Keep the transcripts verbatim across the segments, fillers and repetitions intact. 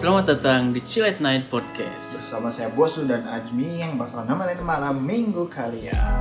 Selamat datang di Chill at Night Podcast. Bersama saya Bosu dan Ajmi yang bakal nemenin malam minggu kalian.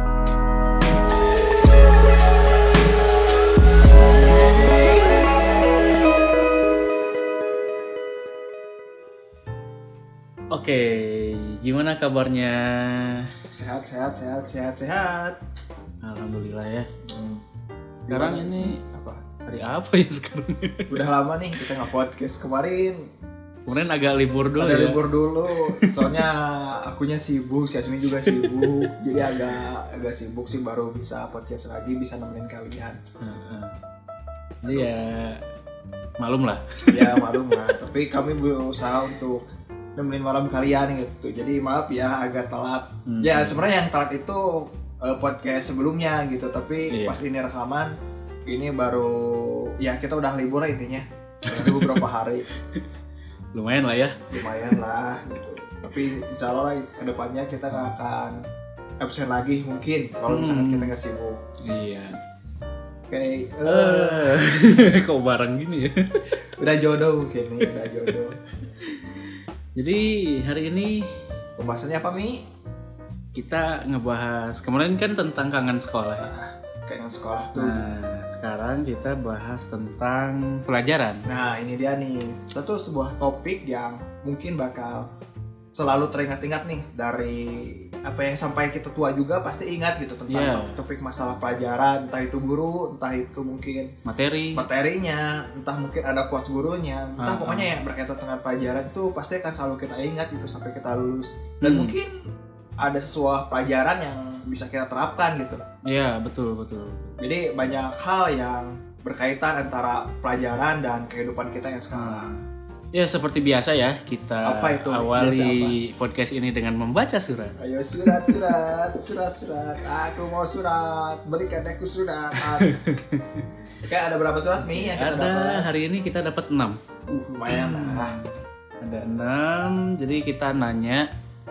Oke, gimana kabarnya? Sehat, sehat, sehat, sehat, sehat. Alhamdulillah ya. Hmm. Sekarang Gimana? ini Apa? hari apa ya sekarang? Udah lama nih kita nggak podcast. Kemarin Kemudian agak libur dulu ada ya. libur dulu. Soalnya akunya sibuk, si Asmi juga sibuk. Jadi agak agak sibuk sih, baru bisa podcast lagi, bisa nemenin kalian. Heeh. Jadi ya malum lah. Ya malum lah. Tapi kami berusaha untuk nemenin malam kalian gitu. Jadi maaf ya agak telat. Hmm. Ya sebenarnya yang telat itu uh, podcast sebelumnya gitu. Tapi Iya. pas ini rekaman ini baru ya kita udah libur lah intinya. Udah libur beberapa hari. Lumayan lah ya. Lumayan lah gitu. Tapi insya Allah lah kedepannya kita nggak akan absen lagi mungkin kalau misalkan Hmm. kita nggak sibuk. Iya. Kayak eh Eh, kok bareng gini ya? udah jodoh mungkin nih, udah jodoh. Jadi hari ini Pembahasannya apa Mi? kita ngebahas kemarin kan tentang kangen sekolah ya. Kayak sekolah tuh. Nah, sekarang kita bahas tentang pelajaran. Nah ini dia nih, satu sebuah topik yang mungkin bakal selalu teringat-ingat nih dari apa ya, sampai kita tua juga pasti ingat gitu tentang Yeah. topik-topik masalah pelajaran, entah itu guru, entah itu mungkin Materi. materinya, entah mungkin ada quotes gurunya, entah Ah, pokoknya yang berkaitan dengan pelajaran itu pasti akan selalu kita ingat gitu sampai kita lulus. Dan Hmm. mungkin ada sebuah pelajaran yang bisa kita terapkan gitu. Iya, betul, betul. Jadi banyak hal yang berkaitan antara pelajaran dan kehidupan kita yang sekarang. Ya, seperti biasa ya, kita Apa itu? awali podcast ini dengan membaca surat. Ayo surat, surat, surat, surat. Aku mau surat. Berikan aku surat. Oke, ada berapa surat Mi yang kita Ada dapat? hari ini kita dapat enam. Uh, lumayan lah. Ada enam, jadi kita nanya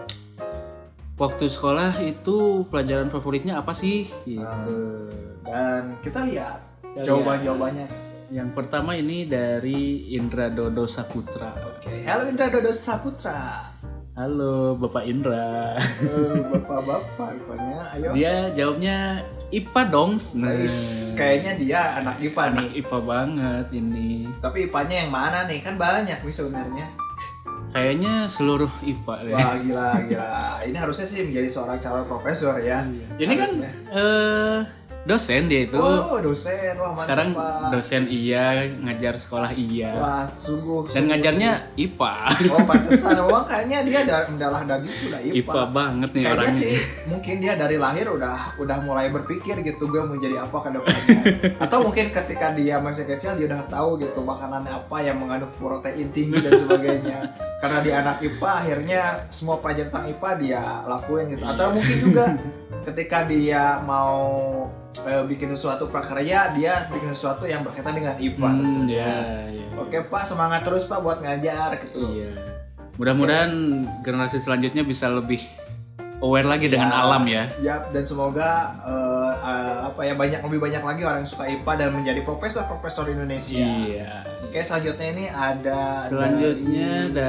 waktu sekolah itu pelajaran favoritnya apa sih? Gitu. Dan kita lihat Kita jawaban-jawabannya. Yang pertama ini dari Indra Dodo Saputra. Oke, halo Indra Dodo Saputra. Halo Bapak Indra. Eh, Bapak-bapak rupanya. Ayo. Dia jawabnya I P A dong. Nah, Guys, kayaknya dia anak I P A nih. I P A banget ini. Tapi I P A-nya yang mana nih? Kan banyak nih sebenarnya. Kayaknya seluruh I P A deh. Wah, gila, gila. Ini harusnya sih menjadi seorang calon profesor ya. Ini kan Harusnya. eh, dosen dia itu. Oh, dosen. Wah, mantap, Sekarang Pak. dosen iya, ngajar sekolah iya. Wah, sungguh. Dan sungguh, ngajarnya I P A. sungguh. Oh, pantesan. Memang kayaknya dia da- mendalah daging sudah I I P P A A. banget nih Kayaknya orangnya. sih mungkin dia dari lahir udah udah mulai berpikir gitu, gue mau jadi apa ke depannya. Atau mungkin ketika dia masih kecil dia udah tahu gitu makanan apa yang mengandung protein tinggi dan sebagainya. Karena dia anak I P A akhirnya semua pelajaran tentang I P A dia lakuin gitu. Atau mungkin juga ketika dia mau eh, bikin sesuatu prakarya, dia bikin sesuatu yang berkaitan dengan I P A Hmm, tentunya. ya, ya. Oke Pak, semangat terus Pak buat ngajar gitu. Iya. Mudah-mudahan generasi selanjutnya bisa lebih aware lagi dengan Ya, alam ya. Ya, dan semoga eh, eh, apa ya banyak lebih banyak lagi orang yang suka I P A dan menjadi profesor-profesor Indonesia. Iya. Oke, selanjutnya ini ada Selanjutnya dari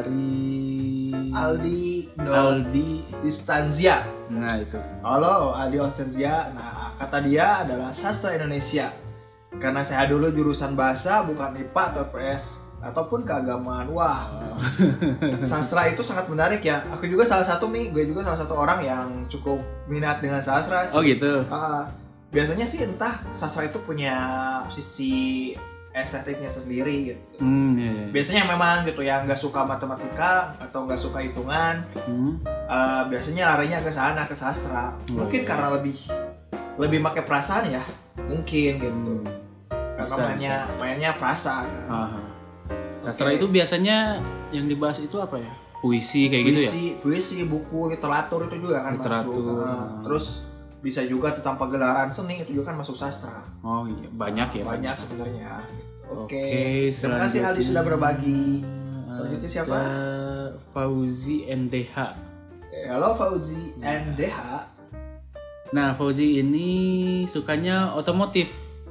dari Aldi Dot Aldi. Istanzia. Nah, itu. Halo Aldi Istanzia. Nah, kata dia adalah sastra Indonesia. Karena saya dulu jurusan bahasa bukan I P A atau P S ataupun keagamaan. Wah, sastra itu sangat menarik ya. Aku juga salah satu Mi, gue juga salah satu orang yang cukup minat dengan sastra sih. Oh gitu. Ah, biasanya sih entah sastra itu punya sisi estetiknya sendiri gitu. Hmm, iya, iya. Biasanya memang gitu yang nggak suka matematika atau nggak suka hitungan, Hmm. eh, biasanya larinya ke sana ke sastra. Oh, Mungkin iya. karena lebih lebih pakai perasaan ya, mungkin gitu. Karena Bisa, mainnya bisa, bisa. mainnya perasa kan. Aha. Sastra Oke. itu biasanya yang dibahas itu apa ya? Puisi kayak gitu ya? Puisi, puisi, buku, literatur itu juga kan Literatur. masuk. Ah, terus bisa juga tentang pagelaran seni itu juga kan masuk sastra. Oh iya, banyak ya. Banyak sebenarnya. Oke. Oke, Terima kasih Aldi sudah berbagi. Selanjutnya siapa? Ada Fauzi N D H. Oke, halo Fauzi N D H. Nah, Fauzi ini sukanya otomotif.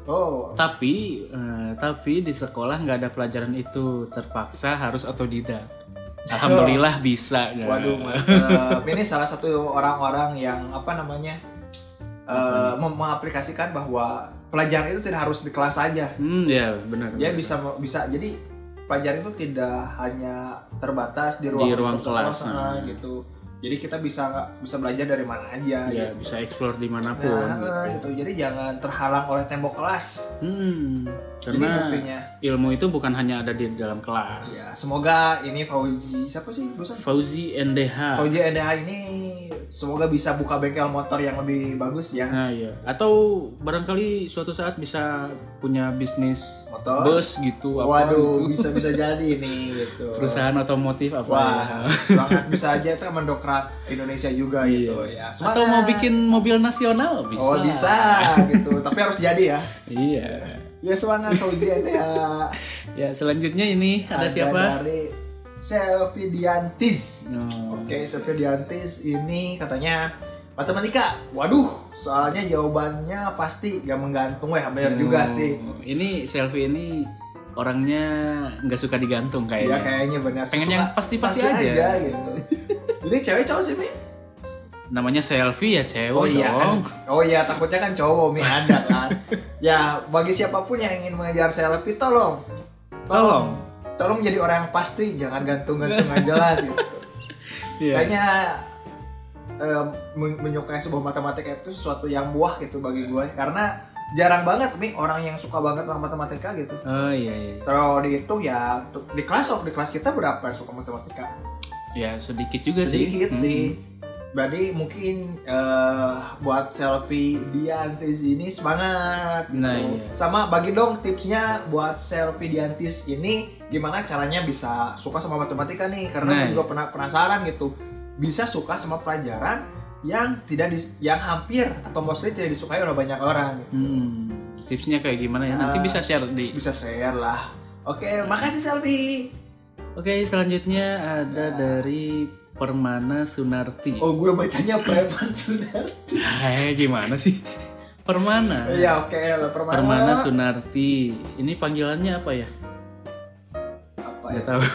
Oh. Tapi uh, tapi di sekolah nggak ada pelajaran itu, terpaksa harus otodidak. Alhamdulillah bisa. Waduh, mantap. Ini salah satu orang-orang yang apa namanya uh, mem- mengaplikasikan bahwa pelajaran itu tidak harus di kelas saja. Hmm, ya benar. Dia benar. bisa bisa jadi pelajaran itu tidak hanya terbatas di ruang, di ruang kelas nah, gitu. Jadi kita bisa bisa belajar dari mana aja. Ya, gitu. bisa explore dimanapun. Nah, gitu. gitu. Jadi jangan terhalang oleh tembok kelas. Hmm, Jadi karena buktinya ilmu itu bukan hanya ada di dalam kelas. ya, semoga ini Fauzi siapa sih bosan? Fauzi N D H. Fauzi N D H ini semoga bisa buka bengkel motor yang lebih bagus ya. Nah, iya. Atau barangkali suatu saat bisa punya bisnis Motor. bus gitu apa Waduh, gitu. bisa-bisa jadi nih gitu. Perusahaan otomotif apa Wah, ya. banget bisa aja itu mendongkrak Indonesia juga Iya. gitu ya. Semangat. Atau mau bikin mobil nasional bisa. Oh, bisa gitu. Tapi harus jadi ya. Iya. Ya semangat Fauzian ya. Ya, selanjutnya ini ada, siapa? Dari Selvi Diantis. Oh. Oke, Selvi Diantis ini katanya matematika. Waduh, soalnya jawabannya pasti gak menggantung. Wah, benar juga Oh, sih. Ini Selvi ini orangnya nggak suka digantung Iya, kayaknya. kayaknya benar. Pengen Suka- yang pasti-pasti aja. gitu. Ini cewek cowok sih, Mi? Namanya Selvi ya cewek Oh iya kan. dong. Oh iya, takutnya kan cowok Mi ada kan. Ya, bagi siapapun yang ingin mengejar selfie tolong. Tolong. Tolong jadi orang yang pasti, jangan gantung-gantung aja lah gitu. Iya. Kayaknya eh, men- menyukai sebuah matematika itu sesuatu yang buah gitu bagi gue, karena jarang banget Mi orang yang suka banget sama matematika gitu. Oh iya iya. Terus dihitung ya untuk- di kelas oh, di kelas kita berapa yang suka matematika? Ya sedikit juga Sedikit sih. sih. Berarti mungkin eh, buat selfie Diantis ini semangat gitu. Nah, iya. Sama bagi dong tipsnya buat selfie Diantis ini gimana caranya bisa suka sama matematika nih, karena Nah, gue juga pernah penasaran gitu. Bisa suka sama pelajaran yang tidak dis- yang hampir atau mostly tidak disukai oleh banyak orang gitu. Hmm, tipsnya kayak gimana ya? Nanti Ah. bisa share di. Bisa share lah. Oke, makasih selfie. Oke, selanjutnya ada dari Permana Sunarti. Oh, gue bacanya Preman Sunarti. Hai, gimana sih? Permana. Iya, oke lah Permana. Permana Sunarti. Ini panggilannya apa ya? Apa Nggak ya? tahu.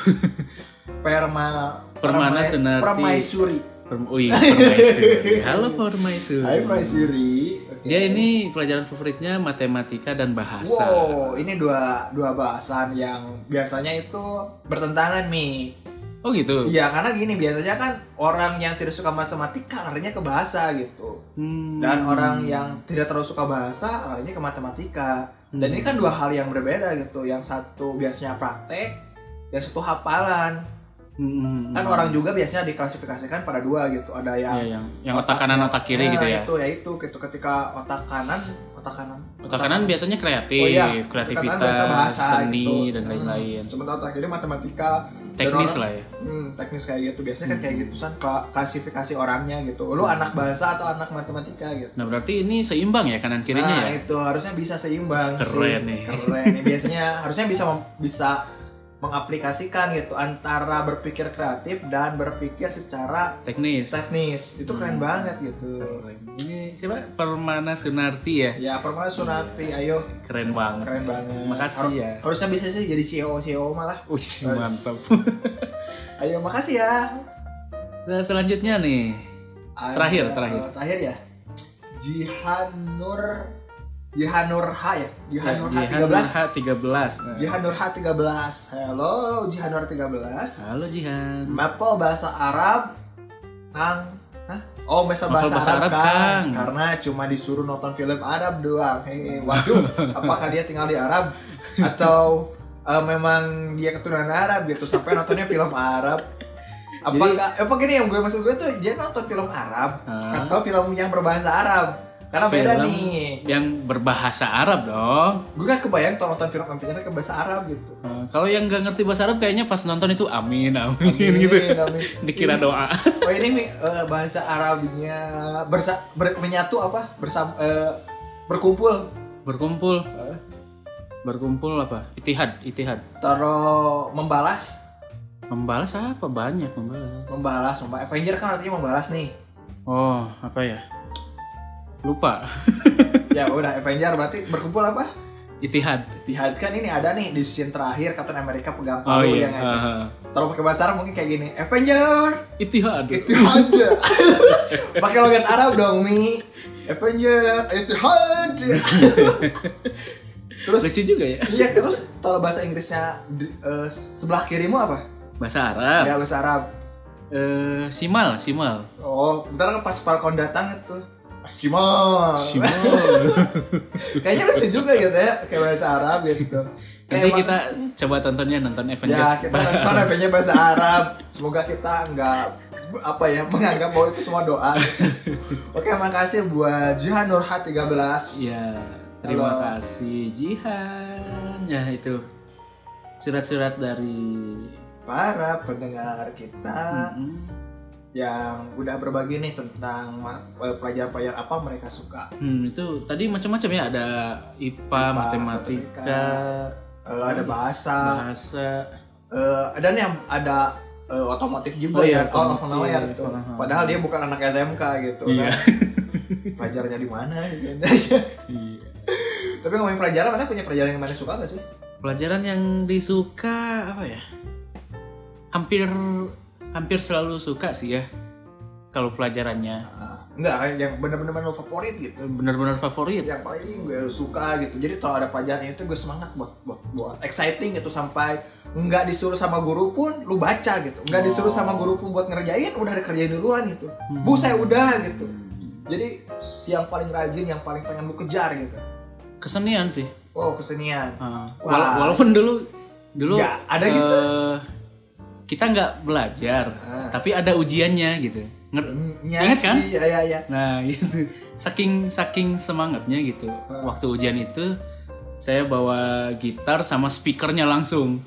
Perma Permana Permai- Sunarti. Permaisuri. Perm- Wih, Permaisuri. Halo Permaisuri. Hai Permaisuri. Oke. Dia ini pelajaran favoritnya matematika dan bahasa. Wow, ini dua dua bahasan yang biasanya itu bertentangan Mi. Oh gitu. Iya, karena gini biasanya kan orang yang tidak suka matematika larinya ke bahasa gitu. Hmm. Dan orang yang tidak terlalu suka bahasa larinya ke matematika. Dan ini kan dua hal yang berbeda gitu. Yang satu biasanya praktek, yang satu hafalan. Hmm. Kan orang juga biasanya diklasifikasikan pada dua gitu. Ada yang Ya, yang yang otak kanan otak kiri Nah, gitu ya. Itu ya itu gitu ketika otak kanan, otak kanan. Otak kanan biasanya kreatif, Oh iya, kreativitas, otak kanan biasa bahasa seni gitu. dan lain-lain. Hmm, sementara otak kiri matematika. dan Teknis orang- lah ya. Hmm, teknis kayak gitu. Biasanya kan kayak gitu kan kla- klasifikasi orangnya gitu. Lu anak bahasa atau anak matematika gitu. Nah berarti ini seimbang ya kanan kirinya Nah, ya. itu harusnya bisa seimbang sih. Keren nih. Keren nih. Biasanya harusnya bisa mem- bisa mengaplikasikan gitu antara berpikir kreatif dan berpikir secara Teknis. teknis. Itu keren banget gitu. Keren. Ini siapa? Permana Sunarti ya. Ya, Permana Sunarti, ayo. Keren banget. Keren banget. Makasih Har- ya. Harusnya bisa sih jadi C E O C E O malah. Wih, mantap. Ayo, makasih ya. Nah, selanjutnya nih. Ada- Terakhir, terakhir. Terakhir ya. Jihan Nur Jihan Nur H ya. Jihan Nur H tiga belas. H tiga belas. Nah. Jihan Nur H tiga belas. Halo, Jihan Nur tiga belas. Halo Jihan. Mapel bahasa Arab Kang. Hah? Oh, bahasa Mapel bahasa, bahasa Arab, Arab, Kang. Kang. Karena cuma disuruh nonton film Arab doang. Hehe. Waduh, apakah dia tinggal di Arab atau eh, memang dia keturunan Arab gitu sampai nontonnya film Arab? Apakah apa gini yang gue maksud gue tuh dia nonton film Arab Ah. atau film yang berbahasa Arab? Karena beda Film nih. Yang berbahasa Arab dong. Gue kan kebayang tuh nonton film Ampinya ke bahasa Arab gitu. Nah, kalau yang nggak ngerti bahasa Arab kayaknya pas nonton itu amin amin, gitu. amin. Dikira Ini- doa. Oh ini Mi, eh, bahasa Arabnya bersa ber- menyatu apa? Bersam eh, berkumpul. Berkumpul. Eh, Berkumpul apa? Itihad, itihad. Taruh membalas, Membalas apa? Banyak membalas. membalas, membalas. Avenger kan artinya membalas nih. Oh, apa ya? Lupa. Ya udah Avenger berarti berkumpul apa? Ittihad. Ittihad kan ini ada nih di scene terakhir Captain America pegang Oh palu iya. yang kayak Uh-huh. Kalau pakai bahasa Arab mungkin kayak gini, Avenger. Ittihad. Ittihad. Pakai logat Arab dong, Mi. Avenger, Ittihad. Terus Lucu juga ya. Iya, terus kalau bahasa Inggrisnya di- eh, sebelah kirimu apa? Bahasa Arab. Ya bahasa Arab. Eh, simal, simal. Oh, bentar kan pas Falcon datang itu. Simon. Simal. Kayaknya lucu juga gitu ya, kayak bahasa Arab gitu. Nanti Kayak kita coba tontonnya nonton ya Avengers kita bahasa nonton Arab. Avengers bahasa Arab. Semoga kita nggak apa ya menganggap bahwa itu semua doa. Oke, makasih buat Jihan Nurhat tiga belas. Ya, terima Halo. kasih Jihan. Ya itu surat-surat dari Para pendengar kita Mm-mm. yang udah berbagi nih tentang ma- pelajaran-pelajaran apa mereka suka. Hmm, itu tadi macam-macam ya, ada I P A, I P A, matematika, Eh, ada bahasa, bahasa. eh, dan yang ada eh, otomotif juga Oh iya, ya, out of otomotif. nowhere itu. Aha. Padahal dia bukan anak S M K gitu Iya. kan. Pelajarannya di mana? Gitu. Iya. Tapi ngomongin pelajaran, mana punya pelajaran yang mana suka gak sih? Pelajaran yang disuka apa ya? Hampir hampir selalu suka sih ya. Kalau pelajarannya Ah, enggak, yang bener-bener lo favorit gitu. benar-benar favorit. Yang paling gue suka gitu. Jadi kalau ada pelajaran ini tuh gue semangat buat buat buat exciting gitu sampai nggak disuruh sama guru pun lu baca gitu. Nggak disuruh sama guru pun buat ngerjain, udah ada kerjain duluan gitu. Bu saya udah gitu. Jadi yang paling rajin, yang paling pengen lu kejar gitu. Kesenian sih. Wow, kesenian. Ah, Wah. wala- walaupun dulu dulu Nggak ada gitu. eh, kita nggak belajar, Ah. tapi ada ujiannya gitu. Nger- Nya Ingat kan? sih, ya ya ya. Nah gitu, saking saking semangatnya gitu. Ah. Waktu ujian itu saya bawa gitar sama speakernya langsung.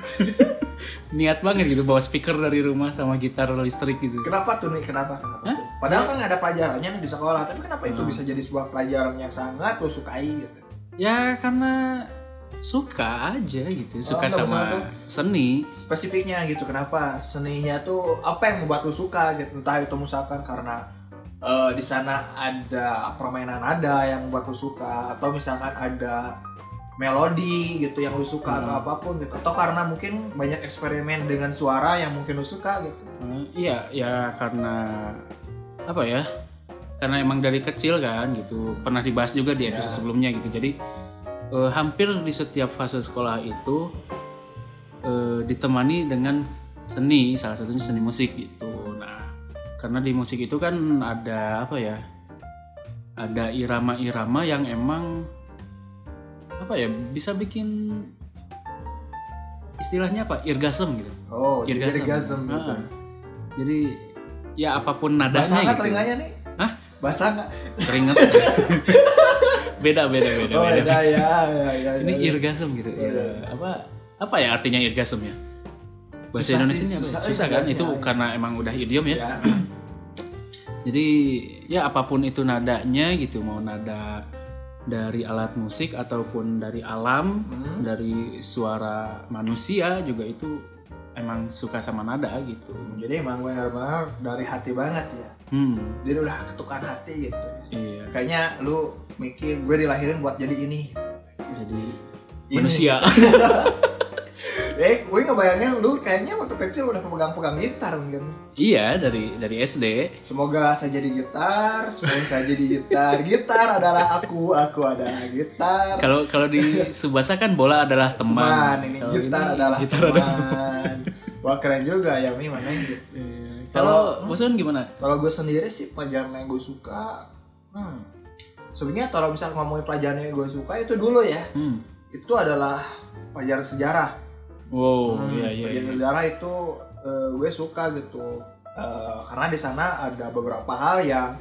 Niat banget gitu bawa speaker dari rumah sama gitar listrik gitu. Kenapa tuh nih? Kenapa? Kenapa? tuh? Padahal kan nggak ada pelajarannya nih di sekolah, tapi kenapa itu bisa jadi sebuah pelajaran yang sangat lo sukai gitu? Ya karena suka aja gitu, suka nggak sama masalah tuh. seni. Spesifiknya gitu, kenapa seninya tuh apa yang membuat lu suka gitu? Entah itu misalkan karena eh, di sana ada permainan nada yang membuat lu suka, atau misalkan ada melodi gitu yang lu suka, atau apapun gitu, atau karena mungkin banyak eksperimen dengan suara yang mungkin lu suka gitu. Eh, iya, ya karena apa ya? Karena emang dari kecil kan gitu, pernah dibahas juga di episode sebelumnya gitu. Jadi eh, hampir di setiap fase sekolah itu eh, ditemani dengan seni, salah satunya seni musik gitu. Nah, karena di musik itu kan ada apa ya? Ada irama-irama yang emang apa ya? Bisa bikin istilahnya apa? Irgasm gitu. Oh, jadi Irgasm. orgasm gitu. Ah. Jadi ya apapun nadanya Basah nggak gitu. telinganya nih? Hah? Basah nggak? Keringet. beda beda beda Oh, beda. beda ya, ya, ya. Ini ya. irgasm gitu. Iya. Ya, apa apa ya artinya irgasm ya? Bahasa Susah Indonesia sih, apa? susah, Susah, susah kan? irgasm Itu ya. karena emang udah idiom ya. Ya. Jadi ya apapun itu nadanya gitu, mau nada dari alat musik ataupun dari alam, Hmm. dari suara manusia juga itu emang suka sama nada gitu. Jadi emang benar-benar dari hati banget ya. Hmm, Jadi udah ketukan hati gitu. iya. Kayaknya lu mikir gue dilahirin buat jadi ini. Jadi Ini. manusia. Eh, gue ngebayangin lu kayaknya waktu kecil udah pegang-pegang gitar mungkin. Iya, dari dari S D. Semoga saya jadi gitar, semoga saya jadi gitar. Gitar adalah aku, aku adalah gitar. Kalau kalau di Subasa kan bola adalah teman. Teman, ini Kalau gitar ini adalah gitar teman. adalah Wah keren juga ya Mi mana gitu. Kalau Bosun gimana? Kalau gue sendiri sih pelajaran yang gue suka, hmm, sebenarnya kalau misalnya ngomongin pelajaran yang gue suka itu dulu ya, Hmm. itu adalah pelajaran sejarah. Wow, Hmm, iya iya. pelajaran iya. sejarah itu eh, gue suka gitu. Eh, karena di sana ada beberapa hal yang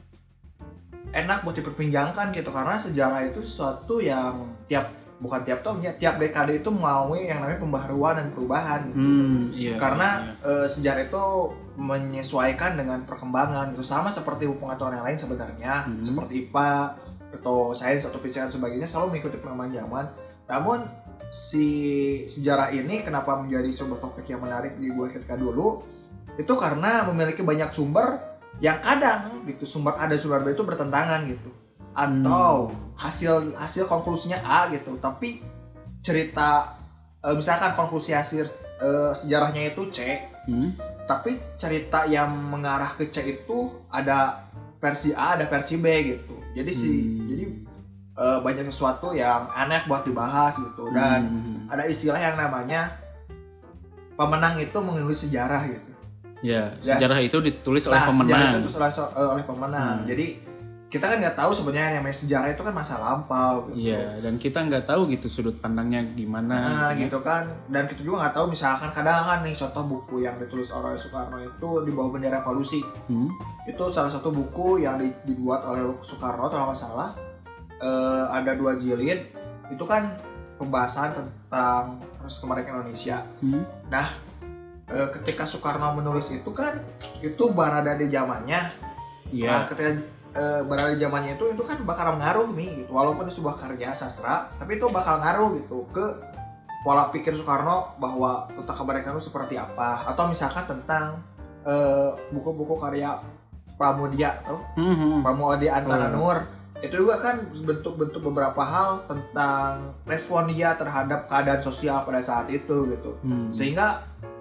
enak buat diperbincangkan gitu, karena sejarah itu sesuatu yang tiap bukan tiap tahun ya, tiap dekade itu melalui yang namanya pembaharuan dan perubahan gitu. Hmm, iya. Karena iya. eh, sejarah itu menyesuaikan dengan perkembangan gitu, sama seperti pengetahuan yang lain sebenarnya, Hmm. seperti I P A atau sains atau fisika dan sebagainya selalu mengikuti perkembangan zaman. Namun si sejarah ini kenapa menjadi sebuah topik yang menarik di gue ketika dulu itu karena memiliki banyak sumber yang kadang gitu sumber A dan sumber B itu bertentangan gitu, atau hasil hasil konklusinya A gitu, tapi cerita uh, misalkan konklusi hasil uh, sejarahnya itu C, hmm? tapi cerita yang mengarah ke C itu ada versi A, ada versi B gitu. Jadi hmm. si jadi uh, banyak sesuatu yang aneh buat dibahas gitu, dan hmm. ada istilah yang namanya pemenang itu menulis sejarah gitu. Ya, sejarah ya, itu ditulis oleh nah, pemenang. Sejarah itu ditulis oleh pemenang. Hmm. Jadi kita kan nggak tahu sebenarnya yang namanya sejarah itu kan masa lampau gitu. Iya, dan kita nggak tahu gitu sudut pandangnya gimana. Nah, gitu kan. Dan kita juga nggak tahu misalkan kadang kan nih contoh buku yang ditulis oleh Soekarno itu Di Bawah Bendera Revolusi. Hmm. Itu salah satu buku yang dibuat oleh Soekarno kalau nggak salah. Uh, ada dua jilid. Itu kan pembahasan tentang proses kemerdekaan Indonesia. Hmm. Nah, e, ketika Soekarno menulis itu kan itu berada di zamannya. Yeah. Nah, ketika e, berada di zamannya itu itu kan bakal ngaruh nih gitu. Walaupun itu sebuah karya sastra, tapi itu bakal ngaruh gitu ke pola pikir Soekarno bahwa tentang kemerdekaan itu seperti apa, atau misalkan tentang e, buku-buku karya Pramudia tuh. Mm-hmm. Pramudia Antara mm-hmm. Nur. Itu juga kan bentuk-bentuk beberapa hal tentang respon dia terhadap keadaan sosial pada saat itu gitu. Hmm. Sehingga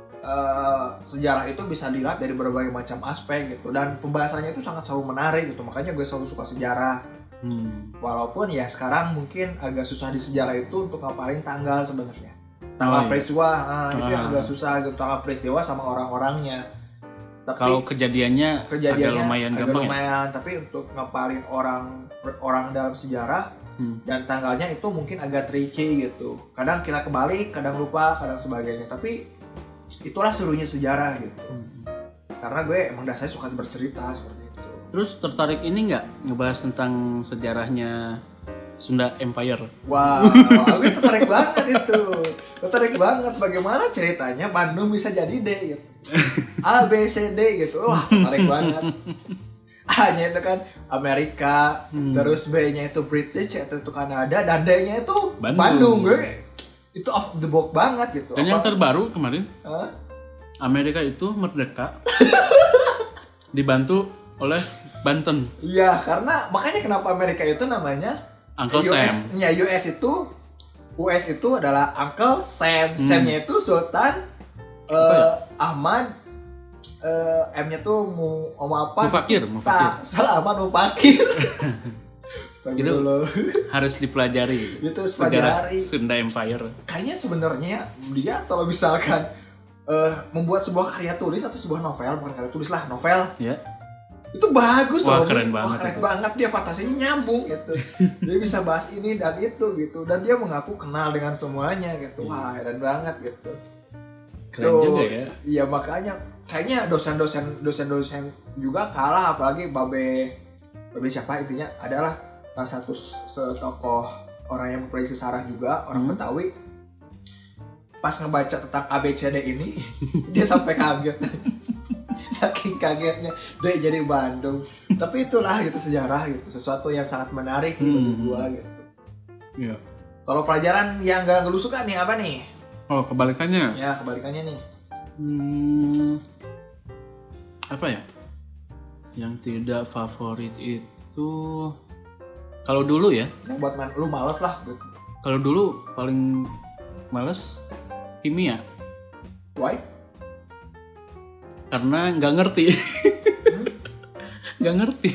uh, sejarah itu bisa dilihat dari berbagai macam aspek gitu, dan pembahasannya itu sangat selalu menarik gitu. Makanya gue selalu suka sejarah. Hmm. Walaupun ya sekarang mungkin agak susah di sejarah itu untuk ngapalin tanggal sebenarnya. Tanggal oh, peristiwa, iya. nah, itu ah. yang agak susah gitu, tanggal peristiwa sama orang-orangnya. Tapi kalau kejadiannya, kejadiannya agak lumayan agak gampang lumayan, ya? Tapi untuk ngapalin orang orang dalam sejarah hmm. dan tanggalnya itu mungkin agak tricky gitu. Kadang kita kebalik, kadang lupa, kadang sebagainya. Tapi itulah serunya sejarah gitu. Hmm. Karena gue emang dasarnya suka bercerita seperti itu. Terus tertarik ini nggak ngebahas tentang sejarahnya Sunda Empire? Wow, gue tertarik banget itu. Tertarik banget bagaimana ceritanya Bandung bisa jadi D gitu. A, B, C, D gitu. Wah, tertarik banget. A-nya itu kan Amerika, hmm. terus B-nya itu British, yaitu itu Kanada, dan D-nya itu Bandung. Bandung. Gue itu off the box banget gitu. Dan apa? Yang terbaru kemarin, huh? Amerika itu merdeka dibantu oleh Banten. Iya, karena makanya kenapa Amerika itu namanya Uncle U S, Sam. Ya, U S itu U S itu adalah Uncle Sam. Hmm. Sam-nya itu Sultan uh, ya? Ahmad. Uh, M-nya tuh mau mau apa? Mufakir, Mufakir. Tak, salah Ahmad Mufakir. Itu harus dipelajari. Itu sejarah Sunda Empire. Kayaknya sebenarnya dia kalau misalkan uh, membuat sebuah karya tulis atau sebuah novel, bukan karya tulis lah, novel. Ya. Yeah. Itu bagus Wah, loh. Keren banget. Wah, keren itu. banget, dia fantasinya nyambung gitu. Dia bisa bahas ini dan itu gitu, dan dia mengaku kenal dengan semuanya gitu. Wah, keren banget gitu. Keren tuh, juga ya. Iya, makanya kayaknya dosen-dosen dosen-dosen juga kalah, apalagi Babe Babe siapa intinya adalah salah satu tokoh orang yang memprediksi sarah juga, orang hmm. Betawi. Pas ngebaca tentang A B C D ini dia sampai kaget. Saking kagetnya dia jadi Bandung. Tapi itulah gitu sejarah gitu, sesuatu yang sangat menarik hmm. bagi gua gitu. Iya. Kalau pelajaran yang gak lu suka nih apa nih? Oh, kebalikannya. Ya, kebalikannya nih. Hmm, apa ya? Yang tidak favorit itu kalau dulu ya. Yang buat man, lu males lah. Gitu. Kalau dulu paling males kimia. Why? Karena nggak ngerti. Nggak hmm? ngerti.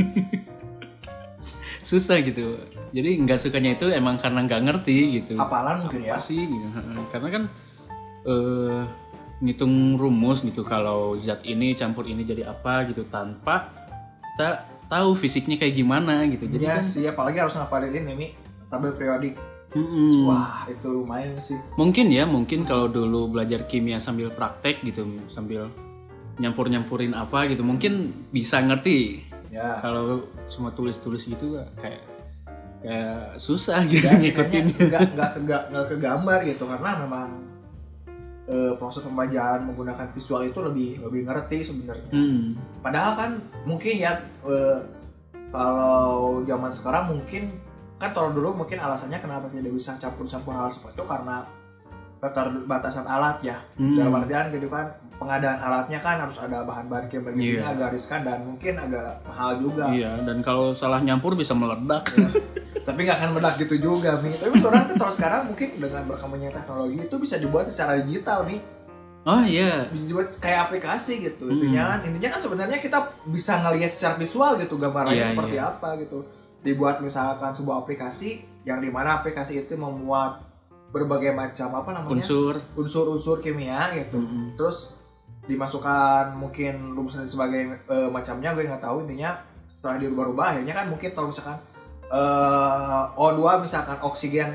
Susah gitu. Jadi nggak sukanya itu emang karena nggak ngerti gitu. Hafalan mungkin ya. Apa sih gitu. Karena kan uh, ngitung rumus gitu, kalau zat ini campur ini jadi apa gitu, tanpa kita tahu fisiknya kayak gimana gitu. Jadi ya kan sih, apalagi harus ngapalin ini Mi, tabel periodik. Mm-mm. Wah, itu lumayan sih. Mungkin ya, mungkin kalau dulu belajar kimia sambil praktek gitu, sambil nyampur-nyampurin apa gitu, mungkin bisa ngerti. Ya. Kalau cuma tulis-tulis gitu kayak kayak susah gitu ya, ngikutin. Enggak enggak enggak enggak kegambar gitu, karena memang e, proses pembelajaran menggunakan visual itu lebih lebih ngerti sebenarnya. Hmm. Padahal kan mungkin ya e, kalau zaman sekarang mungkin kan kalau dulu mungkin alasannya kenapa tidak bisa campur-campur hal seperti itu karena keterbatasan alat ya. Hmm. Dalam artian gitu kan, pengadaan alatnya kan harus ada bahan-bahan kayak begini, yeah. agak riskan dan mungkin agak mahal juga. Iya, dan kalau salah nyampur bisa meledak. Ya. Tapi nggak akan meledak gitu juga Mi. Tapi seorang tuh terus sekarang mungkin dengan berkembangnya teknologi itu bisa dibuat secara digital Mi. Oh iya. Dibuat kayak aplikasi gitu. Hmm. Intinya intinya kan sebenarnya kita bisa ngelihat secara visual gitu gambarannya Iya, seperti iya. apa gitu. Dibuat misalkan sebuah aplikasi yang dimana aplikasi itu memuat berbagai macam apa namanya Unsur. unsur-unsur kimia gitu. Mm-mm. Terus dimasukkan mungkin rumus dan sebagai e, macamnya gue nggak tahu intinya setelah dirubah-rubah akhirnya kan mungkin kalau misalkan eh O dua misalkan oksigen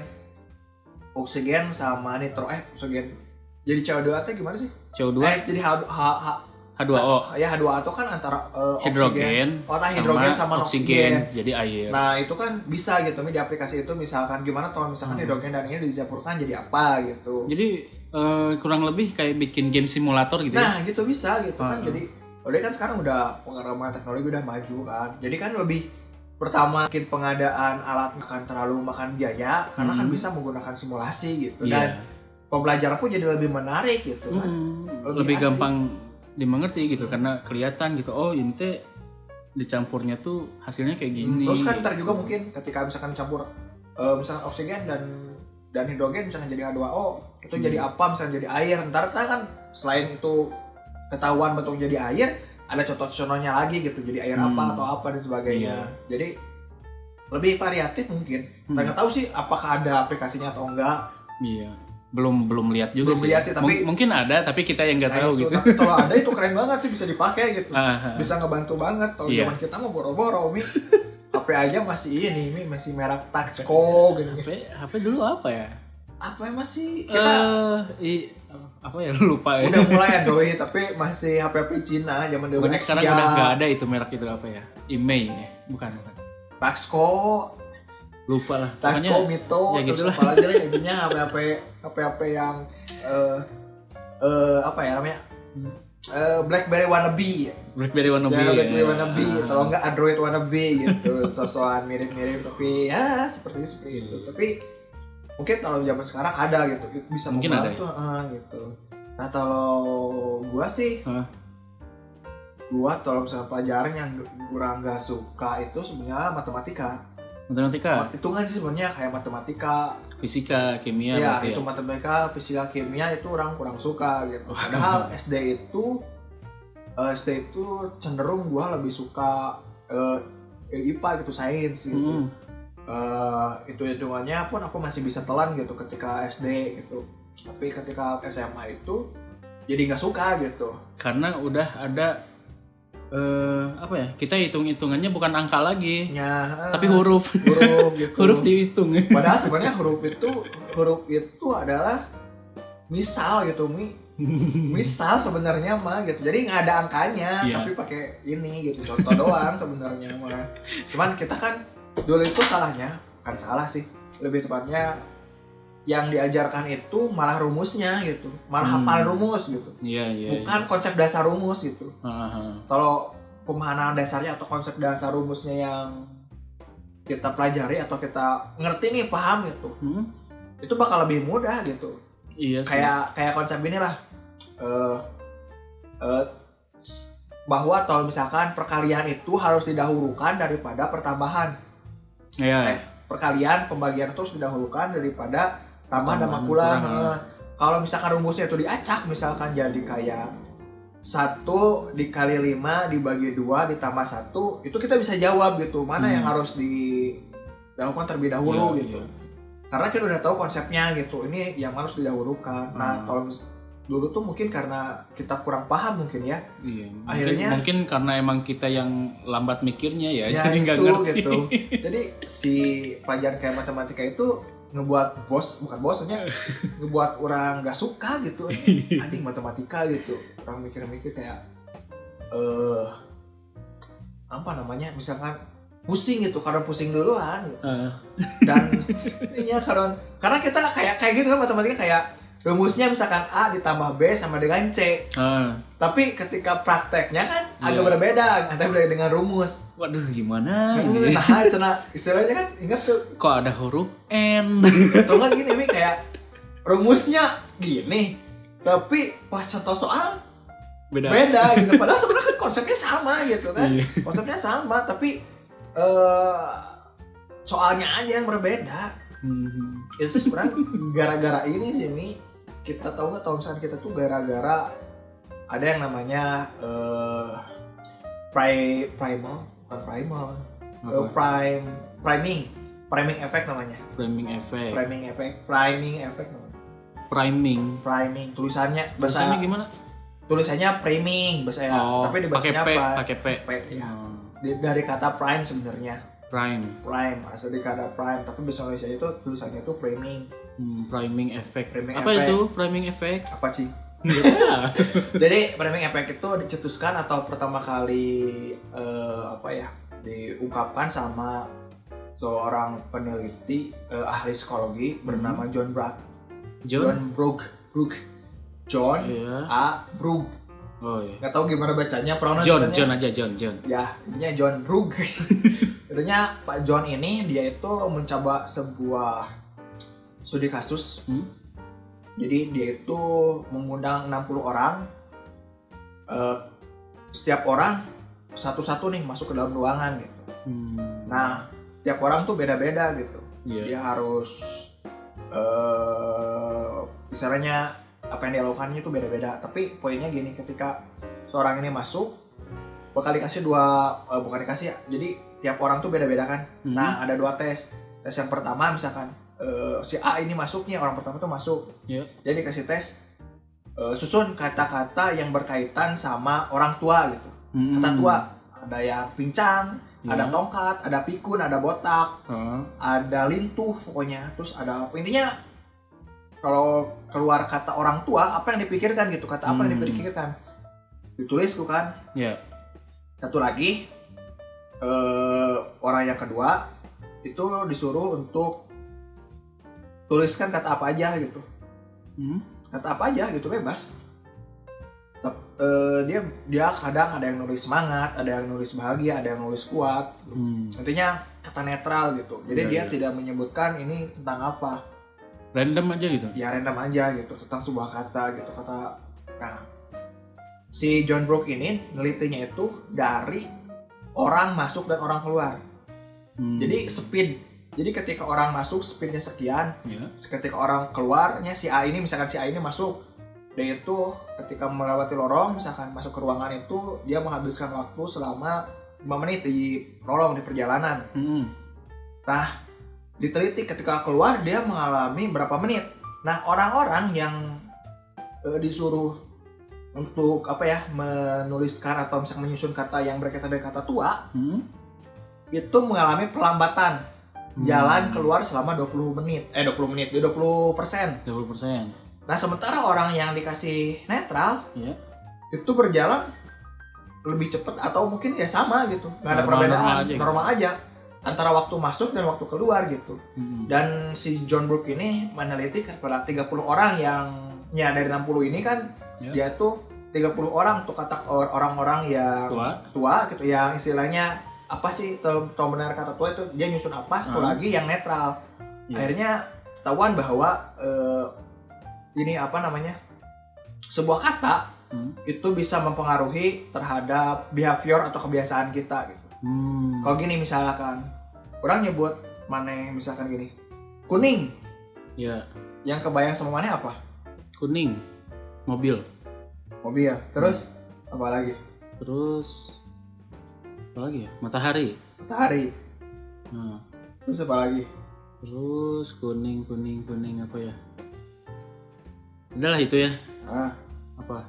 oksigen sama nitro eh oksigen jadi C O dua atau gimana sih? C O dua. Eh jadi H, H, H, H dua O. ya H dua O itu kan antara eh, Hidrogen. oksigen, oh, nah, hidrogen sama, oksigen. Jadi air. Nah itu kan bisa gitu nih di aplikasi itu misalkan gimana kalau misalkan Hmm. hidrogen dan ini dicampurkan jadi apa gitu. Jadi eh, kurang lebih kayak bikin game simulator gitu ya. Nah gitu bisa gitu kan Hmm. jadi udah kan sekarang udah pengembangan teknologi udah maju kan. Jadi kan lebih pertama mungkin pengadaan alat akan terlalu makan biaya karena kan Hmm. bisa menggunakan simulasi gitu Iya. dan pembelajaran pun jadi lebih menarik gitu kan. Hmm, Lebih lebih asik. gampang dimengerti gitu karena kelihatan gitu. Oh ini teh dicampurnya tuh hasilnya kayak gini. Terus kan ntar juga mungkin ketika misalkan campur eh, misalkan oksigen dan dan hidrogen misalkan jadi H dua O itu Hmm. jadi apa misalkan jadi air ntar kita kan selain itu ketahuan bentuk jadi air ada contoh-contohnya lagi gitu jadi air Hmm. apa atau apa dan sebagainya. Iya. Jadi lebih variatif mungkin. Hmm. Nggak tahu sih apakah ada aplikasinya atau enggak. Iya. Belum belum lihat juga Belum sih. lihat sih, tapi- Mung- mungkin ada tapi kita yang nggak Nah, tahu itu. gitu. Tapi kalau ada itu keren banget sih bisa dipakai gitu. Ah, ah. Bisa ngebantu banget kalau Iya. zaman kita mah boro-boro Mi. H P aja masih ini Mi masih merek Taxco gini. H P H P dulu apa ya? Apa ya masih kita Eh, i- apa ya lupa ya. udah mulai Android tapi masih H P H P Cina zaman dulu Pokoknya sekarang udah nggak ada itu merek itu apa ya? Imei ya? Bukan bukan. Taxco, Lupa lah. Taxco, Mito, ya terus gitulah. apa lagi lah intinya H P H P H P H P yang eh eh, apa ya namanya Eh, BlackBerry wannabe BlackBerry wannabe. ya BlackBerry ya. wannabe Ah. kalau enggak Android wannabe gitu sosokan mirip-mirip tapi ya seperti seperti itu tapi mungkin kalau zaman sekarang ada gitu bisa Mungkin ada membantu ah, gitu nah kalau gua sih Hah? gua kalau misalnya pelajaran yang kurang nggak suka itu sebenarnya matematika Matematika, hitungan sih sebenarnya kayak matematika fisika, kimia. ya berarti itu matematika fisika kimia itu orang kurang suka gitu padahal S D itu eh, S D itu cenderung gua lebih suka eh, I P A gitu sains gitu Hmm. Eh, itu hitungannya pun aku masih bisa telan gitu ketika S D gitu tapi ketika S M A itu jadi nggak suka gitu Karena udah ada eh apa ya? Kita hitung-hitungannya bukan angka lagi, ya tapi huruf. huruf gitu Huruf dihitung. padahal sebenarnya huruf itu huruf itu adalah misal gitu mi misal sebenarnya mah gitu jadi nggak ada angkanya Iya. tapi pakai ini gitu contoh doang sebenarnya mah cuman kita kan dulu itu salahnya bukan salah sih lebih tepatnya yang diajarkan itu malah rumusnya gitu malah Hmm. hafal rumus gitu Iya, iya. bukan konsep dasar rumus gitu Ah, ah, ah. kalau pemahaman dasarnya atau konsep dasar rumusnya yang kita pelajari atau kita ngerti nih paham gitu Hmm? itu bakal lebih mudah gitu Iya sih. kayak kayak konsep inilah eh eh, bahwa kalau misalkan perkalian itu harus didahulukan daripada pertambahan Iya. eh, perkalian pembagian terus didahulukan daripada tambah dan Tambahan makulan. kurang. Nah, kalau misalkan rumusnya itu diacak misalkan jadi kayak satu dikali lima dibagi dua ditambah satu itu kita bisa jawab gitu mana Hmm. yang harus didahulukan terlebih dahulu Iya, gitu iya. karena kita udah tahu konsepnya gitu ini yang harus didahulukan nah Hmm. kalau mis- dulu tuh mungkin karena kita kurang paham mungkin ya Iya. Mungkin, Akhirnya- mungkin karena emang kita yang lambat mikirnya ya, ya jadi nggak itu ngerti. gitu jadi si pelajaran kayak matematika itu ngebuat bos bukan bosnya ngebuat orang nggak suka gitu anjing matematika gitu orang mikir-mikir kayak eh apa namanya misalkan pusing gitu karena pusing duluan gitu. Ah, Dan ininya karena karena kita kayak kayak gitu kan matematika kayak rumusnya misalkan A ditambah B sama dengan C. ah. Tapi ketika prakteknya kan Iya. agak berbeda antara berbeda dengan rumus. Waduh gimana ini? Nah, sana istilahnya kan ingat tuh Kok ada huruf N? atau enggak gini Mi kayak rumusnya gini. Tapi pas contoh soal Beda. beda gitu. Padahal sebenarnya kan konsepnya sama gitu kan. Iya. Konsepnya sama tapi eh soalnya aja yang berbeda. Hmm. Itu sebenarnya gara-gara ini sih Mi, kita tahu nggak tahun saat kita tuh gara-gara ada yang namanya uh, pri primal bukan primal uh, prime priming priming effect namanya. Priming effect. Priming effect priming effect namanya. Priming. Priming tulisannya bahasa Tulisannya gimana? Tulisannya priming bahasa ya, Oh, tapi dibacanya pakai P, pri- pakai P. P, ya. Oh. Di- dari kata prime sebenarnya. Prime. Prime asal dari kata prime, tapi bahasa Indonesia itu tulisannya itu priming. Hmm, priming effect. Priming Apa effect. itu priming effect? Apa sih? Ya. Jadi priming effect itu dicetuskan atau pertama kali eh, apa ya diungkapkan sama seorang peneliti eh, ahli psikologi bernama John Bragg. John. John Brugh. Brugh. John Iya. A. Brugh. Oh iya. Nggak tahu gimana bacanya, John, pronunciasinya. John aja John, John. Ya, intinya John Brugh. Intinya Pak John ini dia itu mencoba sebuah studi kasus. Hmm? Jadi dia itu mengundang enam puluh orang. Uh, setiap orang satu-satu nih masuk ke dalam ruangan gitu. Hmm. Nah, tiap orang tuh beda-beda gitu. Iya. Dia harus uh, misalnya apa yang dia lakukan itu beda-beda. Tapi poinnya gini, ketika seorang ini masuk bakal dikasih dua uh, bukan dikasih ya. Jadi tiap orang tuh beda-beda kan. Hmm. Nah, ada dua tes. Tes yang pertama misalkan uh, si A ini masuknya, orang pertama tuh masuk. Iya. Dia dikasih tes uh, susun kata-kata yang berkaitan sama orang tua gitu. Hmm. Kata tua, ada yang pincang, Ya. ada tongkat, ada pikun, ada botak, Oh. ada lintuh pokoknya. Terus ada apa? Intinya kalau keluar kata orang tua, apa yang dipikirkan gitu, kata apa yang Hmm. dipikirkan. Ditulis tuh kan. Ya. Satu lagi eh, orang yang kedua itu disuruh untuk tuliskan kata apa aja gitu. Hmm? Kata apa aja gitu, bebas. Tep- eh, dia dia kadang ada yang nulis semangat, ada yang nulis bahagia, ada yang nulis kuat gitu. Hmm. Intinya kata netral gitu. Jadi Ya, dia ya. tidak menyebutkan ini tentang apa. Random aja gitu. Ya random aja gitu tentang sebuah kata gitu, kata. Nah, si John Brooke ini nelitinya itu dari orang masuk dan orang keluar. Hmm. Jadi speed. Jadi ketika orang masuk speednya sekian, Ya. ketika orang keluarnya si A ini, misalkan si A ini masuk, dia itu ketika melewati lorong, misalkan masuk ke ruangan itu, dia menghabiskan waktu selama lima menit di lorong, di perjalanan. Hmm. Nah, diteliti ketika keluar dia mengalami berapa menit. Nah, orang-orang yang eh, disuruh untuk apa ya, menuliskan atau misalkan menyusun kata yang berkaitan dengan kata tua, Hmm. itu mengalami perlambatan. Hmm. Jalan keluar selama dua puluh menit. Eh, dua puluh menit, dua puluh persen. dua puluh persen. Nah, sementara orang yang dikasih netral Ya. itu berjalan lebih cepat atau mungkin ya sama gitu. Nggak ada Normal- perbedaan, normal aja gitu. normal aja. Antara waktu masuk dan waktu keluar gitu. Hmm. Dan si John Brooke ini meneliti kepada tiga puluh orang yang ya dari enam puluh ini kan Ya. dia tuh tiga puluh orang untuk kata or- orang-orang yang Tua. tua gitu, yang istilahnya apa sih, tahu tahu benar kata tua itu dia nyusun apa, satu Hmm. lagi yang netral. Ya. Akhirnya ketahuan bahwa eh, ini apa namanya, sebuah kata Hmm. itu bisa mempengaruhi terhadap behavior atau kebiasaan kita gitu. Hmm. Kalau gini misalkan orang nyebut maneh misalkan gini, kuning, Ya. yang kebayang sama maneh apa? Kuning. Mobil. Mobil. Terus apa lagi? Terus apa lagi ya? Matahari. Matahari. Nah. Terus apa lagi? Terus kuning kuning kuning apa ya? Udahlah itu ya. Ah. Apa?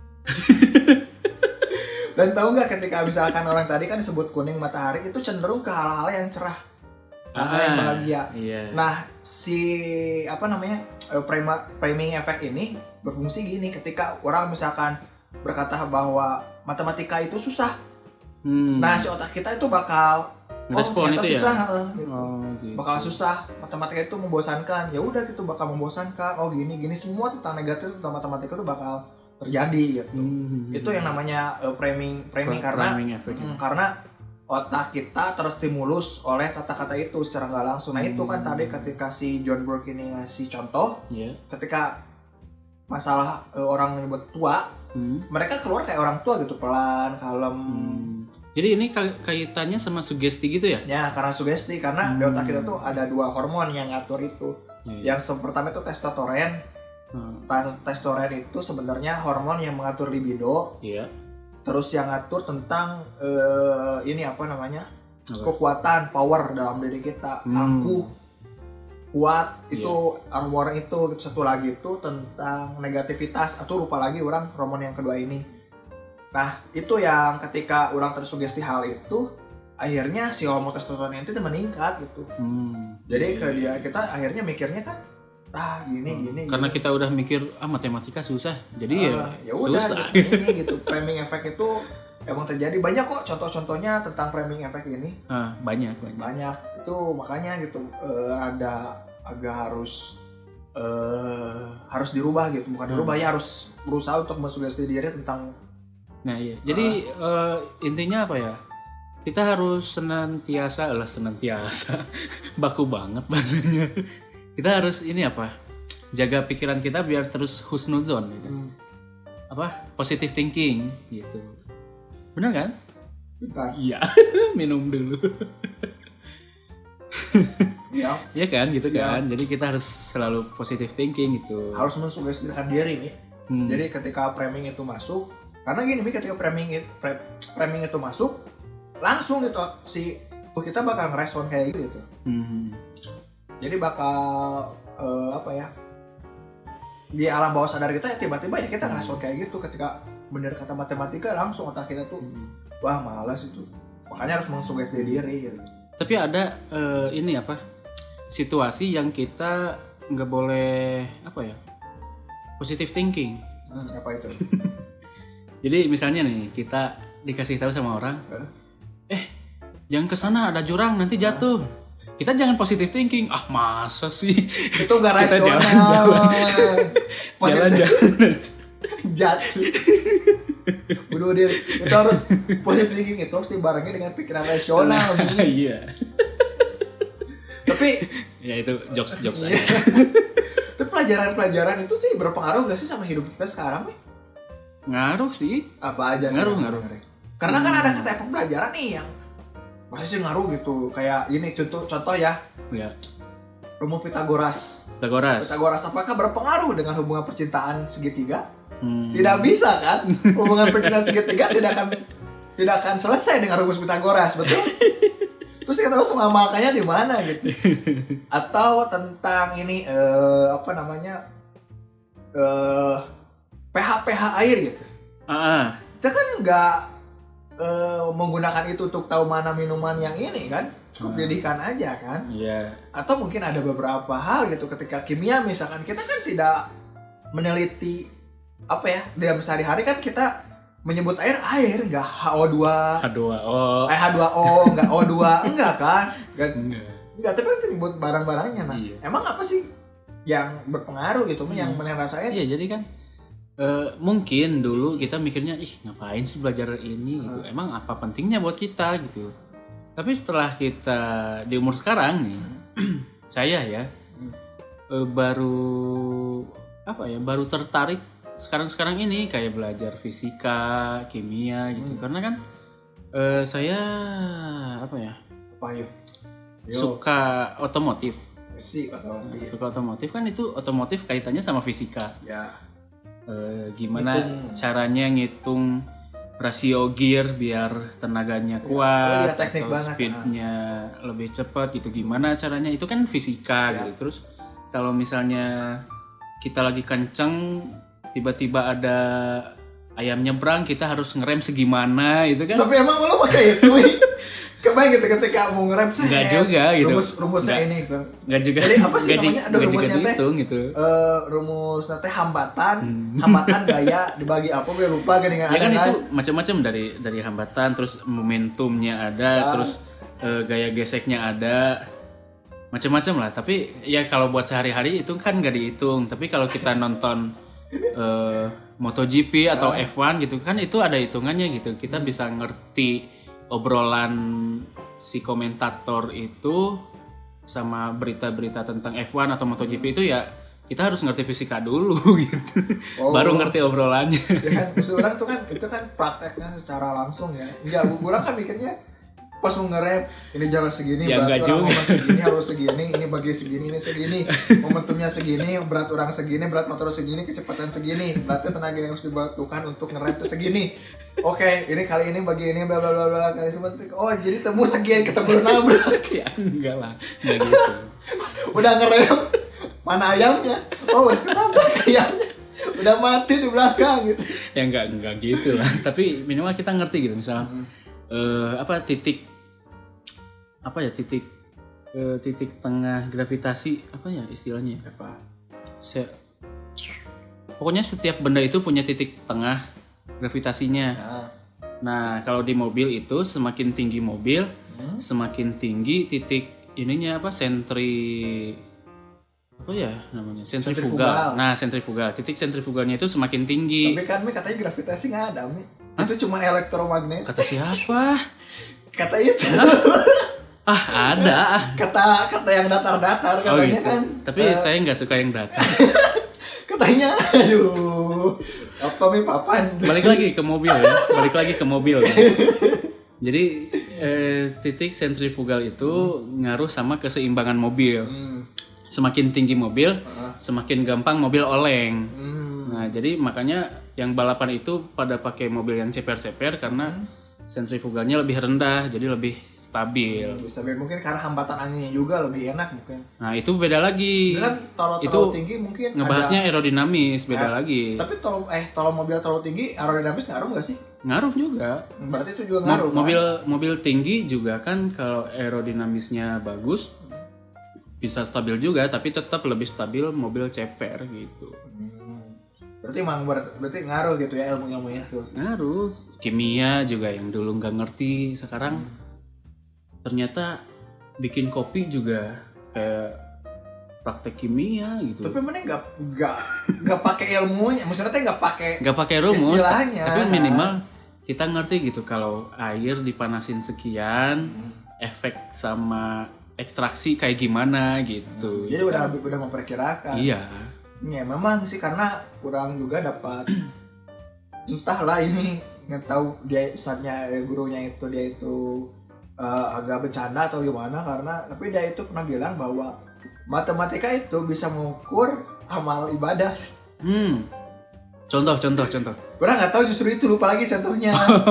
Dan tahu nggak ketika misalkan orang tadi kan disebut kuning matahari itu cenderung ke hal-hal yang cerah, hal-hal yang Ah, bahagia. Iya. Nah, si apa namanya eh, prima- priming effect ini berfungsi gini, ketika orang misalkan berkata bahwa matematika itu susah, Hmm. nah si otak kita itu bakal oh Ngerespon ternyata itu ya? susah, heeh, gitu. Oh, gitu. Bakal susah, matematika itu membosankan, ya udah gitu bakal membosankan, oh gini gini semua tentang negatif tentang matematika itu bakal terjadi gitu. Hmm. Itu yang namanya uh, framing framing Pra- karena framing effect, ya. mm, karena otak kita terstimulus oleh kata-kata itu secara nggak langsung. Nah itu kan Hmm. tadi ketika si John Burke ini ngasih contoh, Ya. ketika masalah uh, orang nyebut tua, Hmm. mereka keluar kayak orang tua gitu, pelan, kalem, Hmm. Jadi ini kaitannya sama sugesti gitu ya? Ya, karena sugesti, karena hmm. di otak kita tuh ada dua hormon yang ngatur itu. Ya, ya. Yang pertama itu testosteron. Hmm. Testosteron itu sebenarnya hormon yang mengatur libido. Iya. Terus yang ngatur tentang uh, ini apa namanya? Apa? Kekuatan, power dalam diri kita, hmm. angkuh, kuat, itu yeah. hormon itu. Satu lagi itu tentang negativitas, atau lupa lagi orang hormon yang kedua ini. Nah, itu yang ketika orang tersugesti hal itu, akhirnya si hormon testosteron itu meningkat gitu. Hmm. Jadi ke dia kita akhirnya mikirnya kan, ah gini hmm. gini. Karena gini. Kita udah mikir ah matematika susah, jadi uh, ya udah gitu, ini gitu. Framing effect itu emang terjadi, banyak kok contoh-contohnya tentang framing effect ini. Ah, banyak banyak. Banyak itu makanya gitu uh, ada agak harus uh, harus dirubah gitu, bukan dirubah hmm. ya harus berusaha untuk mensugesti diri tentang. Nah iya, jadi uh. Uh, intinya apa ya? Kita harus senantiasa, lah senantiasa, baku banget bahasanya. Kita harus ini apa? Jaga pikiran kita biar terus husnuzon, gitu. Hmm. Apa? Positive thinking, gitu. Benar kan? Benar. Iya, minum dulu. Iya. Iya kan, gitu ya. kan. Jadi kita harus selalu positive thinking gitu. Harus mensugestikan diri nih. Hmm. Jadi ketika framing itu masuk. Karena gini, ketika framing it, framing itu masuk, langsung gitu si kita bakal ngerespon kayak gitu. Mm-hmm. Jadi bakal uh, apa ya? Di alam bawah sadar kita ya tiba-tiba ya kita ngerespon kayak gitu ketika bener kata matematika langsung otak kita tuh mm-hmm. wah malas itu. Makanya harus mensugesti diri gitu. Tapi ada uh, ini apa? Situasi yang kita nggak boleh apa ya? Positive thinking. Hmm, apa itu? Jadi misalnya nih kita dikasih tahu sama orang, huh? eh jangan kesana ada jurang nanti jatuh. Huh? Kita jangan positive thinking. Ah masa sih? Itu nggak rasional. Jalan-jalan jatuh. Bunuh diri. Itu harus positive thinking itu harus dibarengi dengan pikiran rasional. Iya. Tapi ya itu jokes jokes aja. Tapi pelajaran-pelajaran itu sih berpengaruh gak sih sama hidup kita sekarang nih? Ngaruh sih. Apa aja ngaruh ngaruh, ngaruh. Karena hmm. kan ada kata pembelajaran nih yang masih sih ngaruh gitu. Kayak ini contoh contoh ya. Ya. Rumus Pitagoras. Pitagoras. Pitagoras apakah berpengaruh dengan hubungan percintaan segitiga? Hmm. Tidak bisa kan? Hubungan percintaan segitiga tidak akan tidak akan selesai dengan rumus Pitagoras, betul? Terus kita harus mengamalkannya di mana gitu? Atau tentang ini uh, apa namanya? Uh, pH pH air gitu. Uh-uh. Kita kan nggak uh, menggunakan itu untuk tahu mana minuman yang ini kan, cukup didihkan uh. aja kan. Iya. Yeah. Atau mungkin ada beberapa hal gitu ketika kimia misalkan kita kan tidak meneliti apa ya dalam sehari-hari kan kita menyebut air air nggak H O dua H dua O eh H dua O nggak O dua enggak kan nggak enggak. Enggak tapi kan menyebut barang-barangnya. Nah iya. Emang apa sih yang berpengaruh gitu hmm. yang mana rasain? Iya jadi kan Uh, mungkin dulu kita mikirnya ih ngapain sih belajar ini gitu. Uh. Emang apa pentingnya buat kita gitu. Tapi setelah kita di umur sekarang nih hmm. saya ya hmm. uh, baru apa ya baru tertarik sekarang-sekarang ini kayak belajar fisika, kimia gitu. Hmm. Karena kan uh, saya apa ya? Apa yuk? Suka otomotif. Si otomotif. Suka otomotif kan itu otomotif kaitannya sama fisika. Ya. Uh, gimana ngitung. Caranya ngitung rasio gear biar tenaganya kuat, ya, oh iya, atau banget, speednya ah. lebih cepat gitu. Gimana caranya itu kan fisika ya. Gitu. Terus kalau misalnya kita lagi kenceng tiba-tiba ada ayam nyebrang kita harus ngerem segimana itu kan. Tapi emang lo pakai itu? Kebayang gitu ketika mau ngerem sih. Enggak juga gitu. Rumus rumusnya nggak, ini gitu. Enggak juga. Jadi apa sih namanya? Ada rumusnya teh. Gitu. Uh, rumusnya teh hambatan, hmm. hambatan gaya dibagi apa gue lupa kan dengan ya ada kan. kan. Itu macam-macam dari dari hambatan terus momentumnya ada, ya. Terus uh, gaya geseknya ada. Macam-macam lah, tapi ya kalau buat sehari-hari itu kan enggak dihitung. Tapi kalau kita nonton uh, MotoGP atau ya. F satu gitu kan itu ada hitungannya gitu. Kita hmm. bisa ngerti obrolan si komentator itu sama berita-berita tentang F satu atau MotoGP itu ya kita harus ngerti fisika dulu gitu. Oh. Baru ngerti obrolannya. Ya kan, maksud orang tuh kan itu kan prakteknya secara langsung ya. Enggak, orang kan mikirnya pas mau nge-rap ini jarak segini, ya, berat orang juga. momen segini harus segini, ini bagi segini, ini segini, momentumnya segini, berat orang segini, berat motor segini, kecepatan segini, berarti tenaga yang harus dibutuhkan untuk nge-rap itu segini. Oke, okay, ini kali ini bagi ini bla bla bla bla kali semua. Oh, jadi temu sekian ketemu nabrak. Ya enggak lah, enggak gitu. Udah nge-rap, mana ayamnya? Oh, udah ketabrak ayamnya. Udah mati di belakang gitu. Ya enggak enggak gitu lah. Tapi minimal kita ngerti gitu, misalnya hmm. eh, apa titik apa ya titik eh, titik tengah gravitasi apa ya istilahnya? Apa? Se- Pokoknya setiap benda itu punya titik tengah gravitasinya. Nah, nah kalau di mobil itu semakin tinggi mobil, hmm? semakin tinggi titik ininya apa sentri apa ya namanya sentrifugal. sentrifugal. Nah sentrifugal, titik sentrifugalnya itu semakin tinggi. Tapi kan Mi katanya gravitasi nggak ada Mi. Hah? Itu cuma elektromagnet. Kata siapa? Kata itu. Ah ada. Kata kata yang datar-datar katanya oh, gitu. Kan. Tapi uh, saya nggak suka yang datar. Katanya, aduh, apa Mi papan? Balik lagi ke mobil ya, balik lagi ke mobil. Ya. Jadi eh, titik sentrifugal itu hmm. ngaruh sama keseimbangan mobil. Hmm. Semakin tinggi mobil, uh. semakin gampang mobil oleng. Hmm. Nah jadi makanya yang balapan itu pada pakai mobil yang ceper-ceper karena hmm. sentrifugalnya lebih rendah, jadi lebih stabil. Hmm, bisa stabil mungkin karena hambatan anginnya juga lebih enak mungkin. Nah itu beda lagi. Kan kalau terlalu tinggi mungkin ngebahasnya ada, aerodinamis beda eh, lagi. Tapi kalau eh kalau mobil terlalu tinggi aerodinamis ngaruh nggak sih? Ngaruh juga. Berarti itu juga ngaruh. Mo- mobil kan? mobil tinggi juga kan kalau aerodinamisnya bagus bisa stabil juga, tapi tetap lebih stabil mobil ceper gitu. Hmm. Berarti emang ber- berarti ngaruh gitu ya ilmu-ilmunya tuh. Ngaruh. Kimia juga yang dulu nggak ngerti sekarang hmm. ternyata bikin kopi juga kayak praktek kimia gitu. Tapi mana nggak nggak nggak pakai ilmunya, maksudnya teh nggak pakai nggak pakai rumus. Istilahnya. Tapi minimal kita ngerti gitu kalau air dipanasin sekian, hmm. efek sama ekstraksi kayak gimana gitu. Hmm. Jadi udah udah memperkirakan. Iya. Ya memang sih karena kurang juga dapat entahlah ini nggak tahu dia ustadznya gurunya itu dia itu uh, agak bercanda atau gimana karena tapi dia itu pernah bilang bahwa matematika itu bisa mengukur amal ibadah. Hmm. Contoh contoh contoh. Orang nggak tahu justru itu lupa lagi contohnya.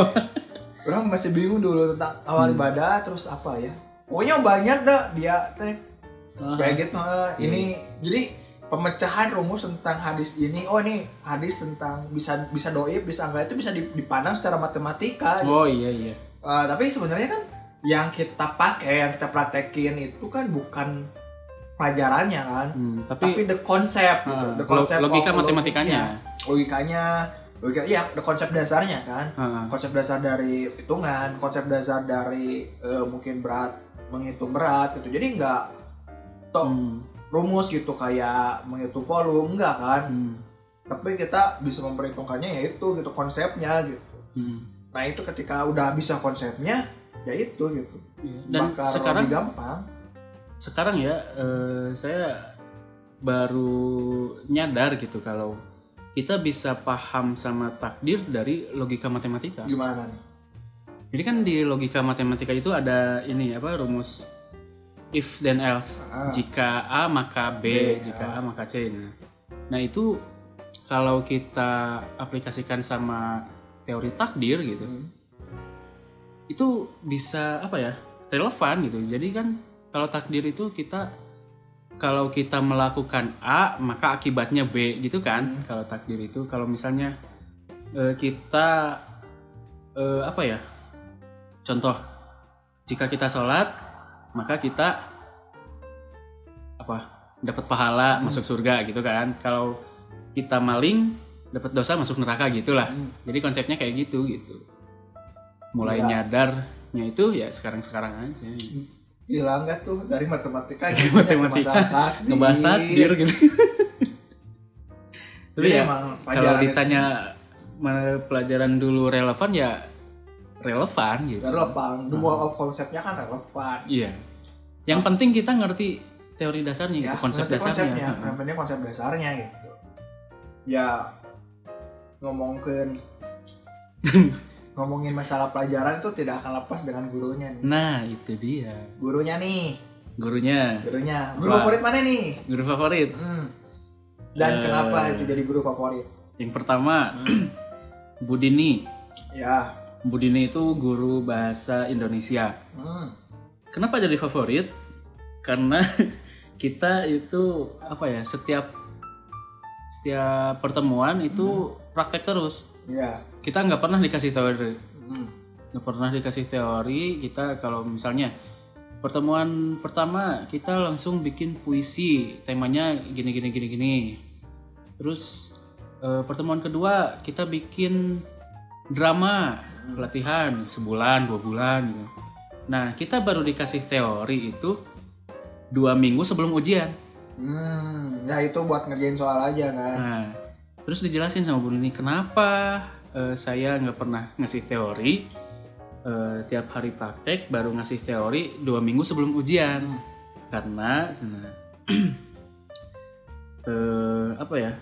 Orang masih bingung dulu tentang amal hmm. ibadah terus apa ya. Pokoknya banyak dah dia teh uh-huh. kayak gitu. Uh, ini hmm. jadi pemecahan rumus tentang hadis ini, oh ini hadis tentang bisa bisa doib, bisa enggak itu bisa dipandang secara matematika. Oh iya iya. Uh, tapi sebenarnya kan yang kita pakai, yang kita praktekin itu kan bukan pelajarannya kan, hmm, tapi, tapi the concept, uh, gitu. The concept logika matematikanya, logikanya, logika, ya the konsep dasarnya kan, uh. konsep dasar dari hitungan, konsep dasar dari uh, mungkin berat, menghitung berat gitu. Jadi nggak toh. Hmm. rumus gitu kayak menghitung volume enggak kan hmm. tapi kita bisa memperhitungkannya yaitu gitu konsepnya gitu hmm. nah itu ketika udah bisa konsepnya ya itu gitu dan bakal sekarang lebih gampang sekarang ya eh, saya baru nyadar gitu kalau kita bisa paham sama takdir dari logika matematika. Gimana nih? Jadi kan di logika matematika itu ada ini apa rumus if then else, ah. jika A maka B, B jika ah. A maka C. Nah, nah itu kalau kita aplikasikan sama teori takdir gitu, hmm. itu bisa apa ya relevan gitu. Jadi kan kalau takdir itu kita kalau kita melakukan A maka akibatnya B gitu kan. Hmm. Kalau takdir itu kalau misalnya eh, kita eh, apa ya contoh jika kita sholat maka kita apa dapat pahala hmm. masuk surga gitu kan. Kalau kita maling dapat dosa masuk neraka gitulah. Hmm. Jadi konsepnya kayak gitu gitu. Mulai ya. Nyadarnya itu ya sekarang-sekarang aja. Hilang gak tuh dari matematika dari matematika ngebahas takdir gitu. Tapi ya kalau ditanya pelajaran dulu relevan ya relevan gitu. Relevan, the wall of konsepnya kan relevan. Iya. Yang oh. penting kita ngerti teori dasarnya ya, gitu, konsep ngerti dasarnya. konsepnya, yang penting konsep dasarnya gitu. Ya ngomongin ngomongin masalah pelajaran itu tidak akan lepas dengan gurunya nih. Nah itu dia. Gurunya nih. Gurunya. Gurunya. Guru Wah. favorit mana nih? Guru favorit. Hmm. Dan Uh, kenapa itu jadi guru favorit? Yang pertama, Hmm. Bu Dini. Ya. Bu Dini itu guru bahasa Indonesia. Hmm. Kenapa jadi favorit? Karena kita itu apa ya, setiap setiap pertemuan itu praktek terus. Ya. Kita nggak pernah dikasih teori, Hmm. nggak pernah dikasih teori. Kita kalau misalnya pertemuan pertama kita langsung bikin puisi, temanya gini gini gini gini. Terus eh, pertemuan kedua kita bikin drama, pelatihan sebulan dua bulan gitu. Nah kita baru dikasih teori itu dua minggu sebelum ujian. Hmm. Ya itu buat ngerjain soal aja kan. Nah terus dijelasin sama Bu Nini kenapa eh, saya nggak pernah ngasih teori. Uh, tiap hari praktek baru ngasih teori dua minggu sebelum ujian karena nah, uh, apa ya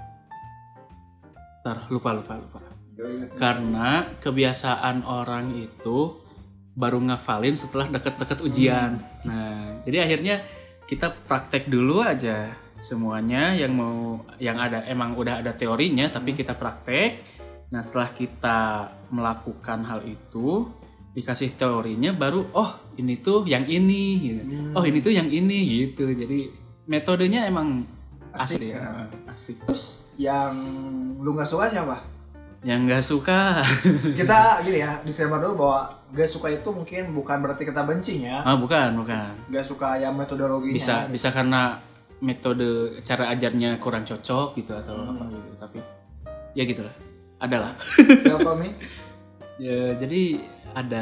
Ntar, lupa lupa lupa karena kebiasaan orang itu baru ngafalin setelah deket-deket ujian. hmm. Nah jadi akhirnya kita praktek dulu aja semuanya yang mau yang ada emang udah ada teorinya tapi hmm. kita praktek. Nah setelah kita melakukan hal itu dikasih teorinya baru oh ini tuh yang ini gitu. hmm. Oh ini tuh yang ini gitu. Jadi metodenya emang asik, asik ya. Asik. Terus yang lu nggak suka siapa? Yang nggak suka kita gini ya disclaimer dulu bahwa nggak suka itu mungkin bukan berarti kita bencinya. Ah bukan bukan. Nggak suka yang metodologinya. Bisa gitu. Bisa karena metode cara ajarnya kurang cocok gitu atau hmm. apa gitu. Tapi ya gitulah. Adalah. Siapa Mi? Ya, jadi ada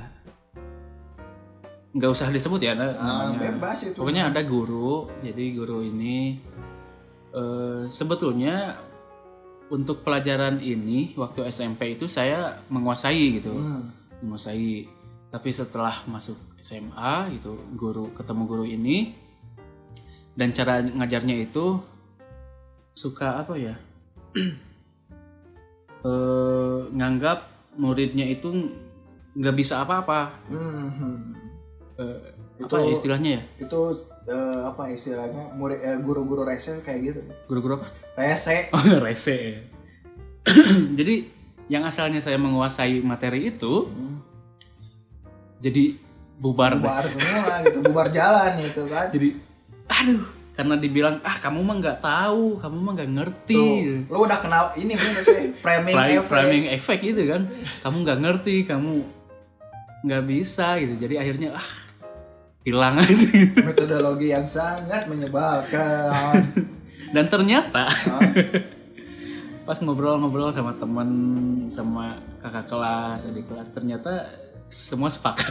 nggak usah disebut ya ada ah, namanya. Bebas itu. Pokoknya ada guru. Jadi guru ini uh, sebetulnya untuk pelajaran ini waktu S M P itu saya menguasai gitu, hmm. menguasai. Tapi setelah masuk S M A gitu, guru ketemu guru ini dan cara ngajarnya itu suka apa ya? Uh, nganggap muridnya itu nggak bisa apa-apa. Hmm. Uh, itu, apa istilahnya ya? Itu uh, apa istilahnya? Murid uh, guru-guru rese kayak gitu. Guru-guru apa? Rese. Oh, rese. Jadi yang asalnya saya menguasai materi itu, hmm. jadi bubar. Bubar semua gitu, bubar jalan itu kan. Jadi, aduh. Karena dibilang ah kamu mah nggak tahu, kamu mah nggak ngerti. Tuh, lu udah kenal ini bener framing effect. Framing effect gitu kan. Kamu nggak ngerti, kamu nggak bisa gitu. Jadi akhirnya ah hilang aja. Metodologi yang sangat menyebalkan. Dan ternyata pas ngobrol-ngobrol sama teman, sama kakak kelas, adik kelas, ternyata semua sepakat.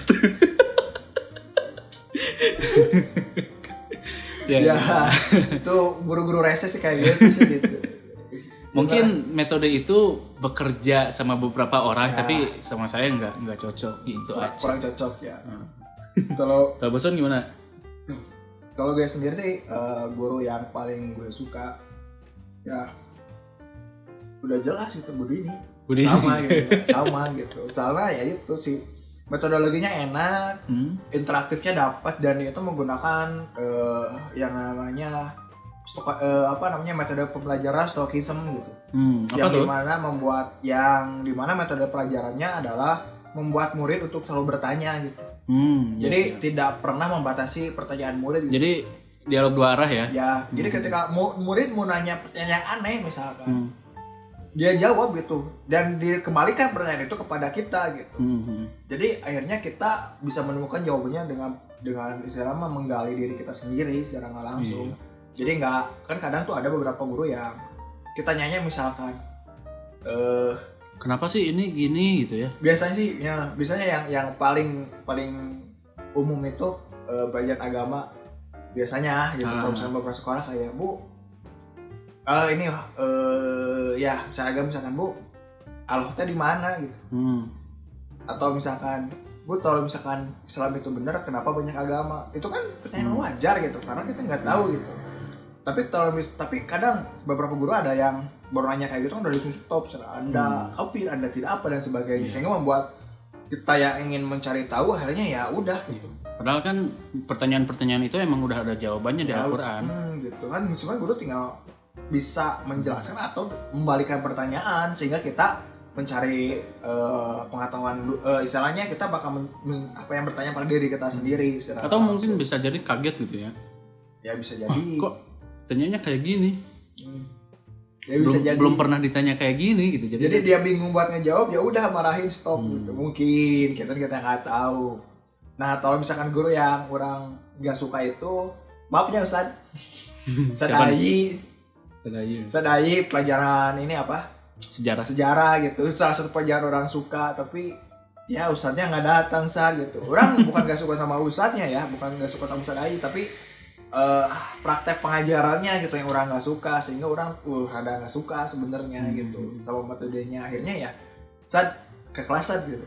Ya, ya, itu guru-guru rese sih kayak gitu sih gitu. Mungkin metode itu bekerja sama beberapa orang, ya. Tapi sama saya nggak nggak cocok gitu kurang, aja. Kurang cocok ya. Kalau kalau Boson gimana? Kalau gue sendiri sih uh, guru yang paling gue suka ya udah jelas gitu Bu Dini. Sama gitu, sama gitu. Soalnya ya itu sih. Metodologinya enak, hmm. interaktifnya dapat dan itu menggunakan uh, yang namanya stok, uh, apa namanya metode pembelajaran stokism gitu. Hmm, yang apa dimana tuh? membuat yang dimana metode pelajarannya adalah membuat murid untuk selalu bertanya gitu. Hmm, jadi ya, ya. tidak pernah membatasi pertanyaan murid. Gitu. Jadi dialog dua arah ya? Ya, hmm. jadi ketika murid mau nanya pertanyaan yang aneh misalkan. Hmm. Dia jawab gitu dan dikembalikan pertanyaan itu kepada kita gitu. Mm-hmm. Jadi akhirnya kita bisa menemukan jawabannya dengan dengan istilahnya menggali diri kita sendiri secara nggak langsung. Yeah. Jadi nggak kan kadang tuh ada beberapa guru yang kita nanya misalkan, uh, kenapa sih ini gini gitu ya? Biasanya sih ya biasanya yang yang paling paling umum itu uh, bagian agama biasanya gitu. Kalau misalnya beberapa sekolah kayak Bu. Uh, ini uh, ya misalkan misalkan Bu Allah teh di mana gitu. Hmm. Atau misalkan gue kalau misalkan Islam itu benar, kenapa banyak agama? Itu kan pertanyaan hmm. wajar gitu, karena kita nggak tahu gitu. Tapi kalau mis, tapi kadang beberapa guru ada yang baru nanya kayak gitu kan udah disuruh stop, Anda hmm. kafir, Anda tidak apa dan sebagainya, yeah. sehingga membuat kita yang ingin mencari tahu akhirnya ya udah gitu. Padahal kan pertanyaan-pertanyaan itu emang udah ada jawabannya ya, di Al-Quran. Hmm, gitu kan, sebenarnya guru tinggal bisa menjelaskan atau membalikan pertanyaan sehingga kita mencari uh, pengetahuan uh, istilahnya kita bakal men, men, apa yang bertanya pada diri kita sendiri atau mungkin bisa jadi kaget gitu ya ya bisa jadi oh, kok tanyanya kayak gini hmm. ya bisa belum, jadi belum pernah ditanya kayak gini gitu jadi, jadi dia bingung buat ngejawab ya udah marahin stop hmm. gitu mungkin kita kita nggak tahu. Nah kalau misalkan guru yang kurang nggak suka itu maafnya Ustaz Sadayi Sadayi Sadayi pelajaran ini apa sejarah sejarah gitu, salah satu pelajaran orang suka tapi ya ustadznya nggak datang Ustaz gitu. Orang bukan nggak suka sama ustadznya ya, bukan nggak suka sama Ustadz Ayi, tapi uh, praktek pengajarannya gitu yang orang nggak suka, sehingga orang uh ada nggak suka sebenarnya hmm. gitu sama metodenya. Akhirnya ya Ustadz ke kelas gitu.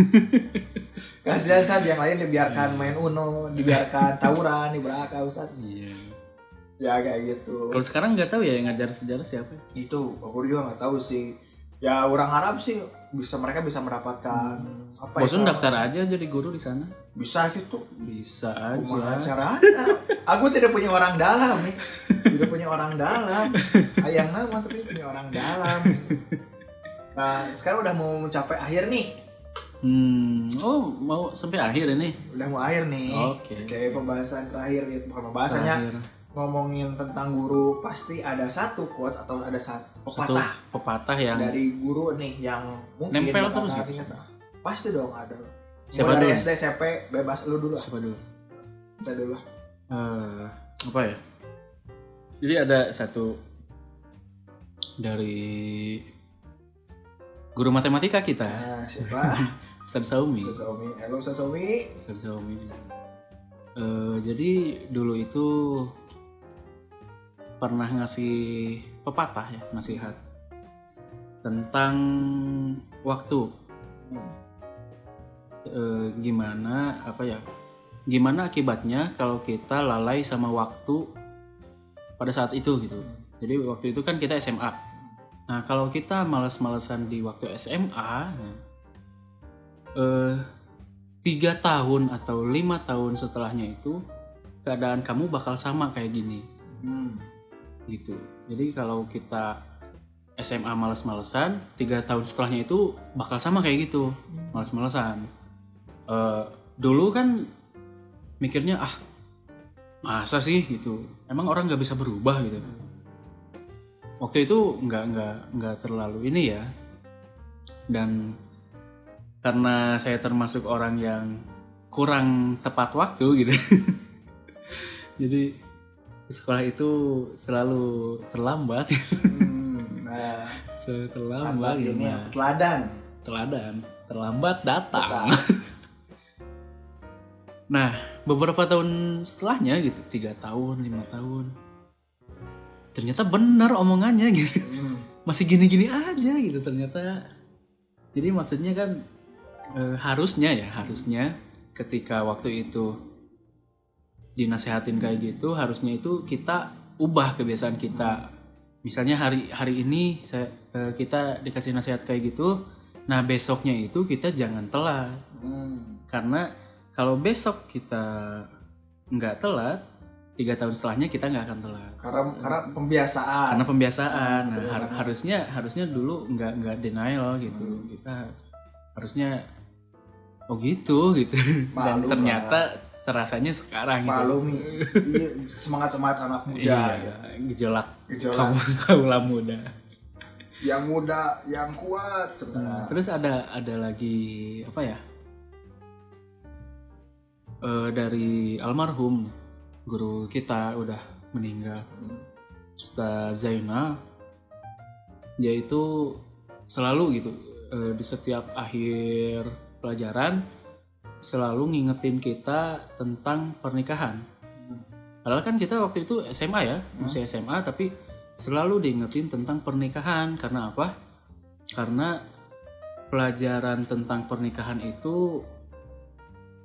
Kasihan Ustadz yang lain dibiarkan main Uno, dibiarkan tawuran, dibiarkan Ustadz. Iya. Ya kayak gitu. Kalau sekarang nggak tahu ya yang ngajar sejarah siapa? Itu aku juga nggak tahu sih. Ya orang harap sih bisa mereka bisa mendapatkan hmm. apa? Bosan daftar aja jadi guru di sana. Bisa gitu. Bisa aja. Kumaha caranya? Aku tidak punya orang dalam nih. Tidak punya orang dalam. Ayang nama tapi punya orang dalam. Nah sekarang udah mau mencapai akhir nih. Hmm, oh mau sampai akhir ini? Udah mau akhir nih. Oke. Okay. Kayak pembahasan terakhir gitu, bukan pembahasannya. Terakhir. Ngomongin tentang guru pasti ada satu quotes atau ada satu pepatah satu pepatah yang dari guru nih yang mungkin nempel terus ya? Pasti dong ada. Siapa dari dulu? S D S M P bebas lu dulu. Siapa dulu? Kita dulu. Uh, apa ya? Jadi ada satu dari guru matematika kita. Nah, siapa? Ustaz Saumi. Ustaz Saumi. Halo Ustaz Saumi. Ustaz Saumi. Uh, jadi dulu itu pernah ngasih pepatah ya, nasihat tentang waktu. Hmm. E, gimana apa ya? Gimana akibatnya kalau kita lalai sama waktu pada saat itu gitu. Jadi waktu itu kan kita S M A. Nah, kalau kita malas-malesan di waktu S M A, eh tiga tahun atau lima tahun setelahnya itu keadaan kamu bakal sama kayak gini. Hmm. Gitu. Jadi kalau kita S M A males-malesan, tiga tahun setelahnya itu bakal sama kayak gitu, males-malesan. Uh, dulu kan mikirnya ah masa sih gitu, emang orang nggak bisa berubah gitu. Waktu itu nggak nggak nggak terlalu ini ya, dan karena saya termasuk orang yang kurang tepat waktu gitu, jadi sekolah itu selalu terlambat. Hmm, nah, selalu terlambat ini ya. Teladan. Teladan, terlambat datang. Nah, beberapa tahun setelahnya gitu, tiga tahun, lima tahun, ternyata benar omongannya gitu. Hmm. Masih gini-gini aja gitu ternyata. Jadi maksudnya kan e, harusnya ya, harusnya ketika waktu itu dinasehatin kayak gitu, harusnya itu kita ubah kebiasaan kita. Misalnya hari hari ini saya, kita dikasih nasihat kayak gitu, nah besoknya itu kita jangan telat. Hmm. Karena kalau besok kita nggak telat, tiga tahun setelahnya kita nggak akan telat. Karena karena pembiasaan. Karena pembiasaan. Nah, nah har- harusnya harusnya dulu nggak nggak denial gitu. Hmm. Kita harusnya oh gitu gitu. Dan ternyata terasanya sekarang maklumi gitu. Semangat-semangat anak muda iya, gitu. Gejolak Gejolak kaula muda. Yang muda, yang kuat sebenarnya. Nah, terus ada ada lagi apa ya? E, dari almarhum guru kita udah meninggal. Hmm. Ustaz Zainal. Dia itu selalu gitu e, di setiap akhir pelajaran selalu ngingetin kita tentang pernikahan. Padahal kan kita waktu itu S M A ya, masih S M A, tapi selalu diingetin tentang pernikahan. Karena apa? Karena pelajaran tentang pernikahan itu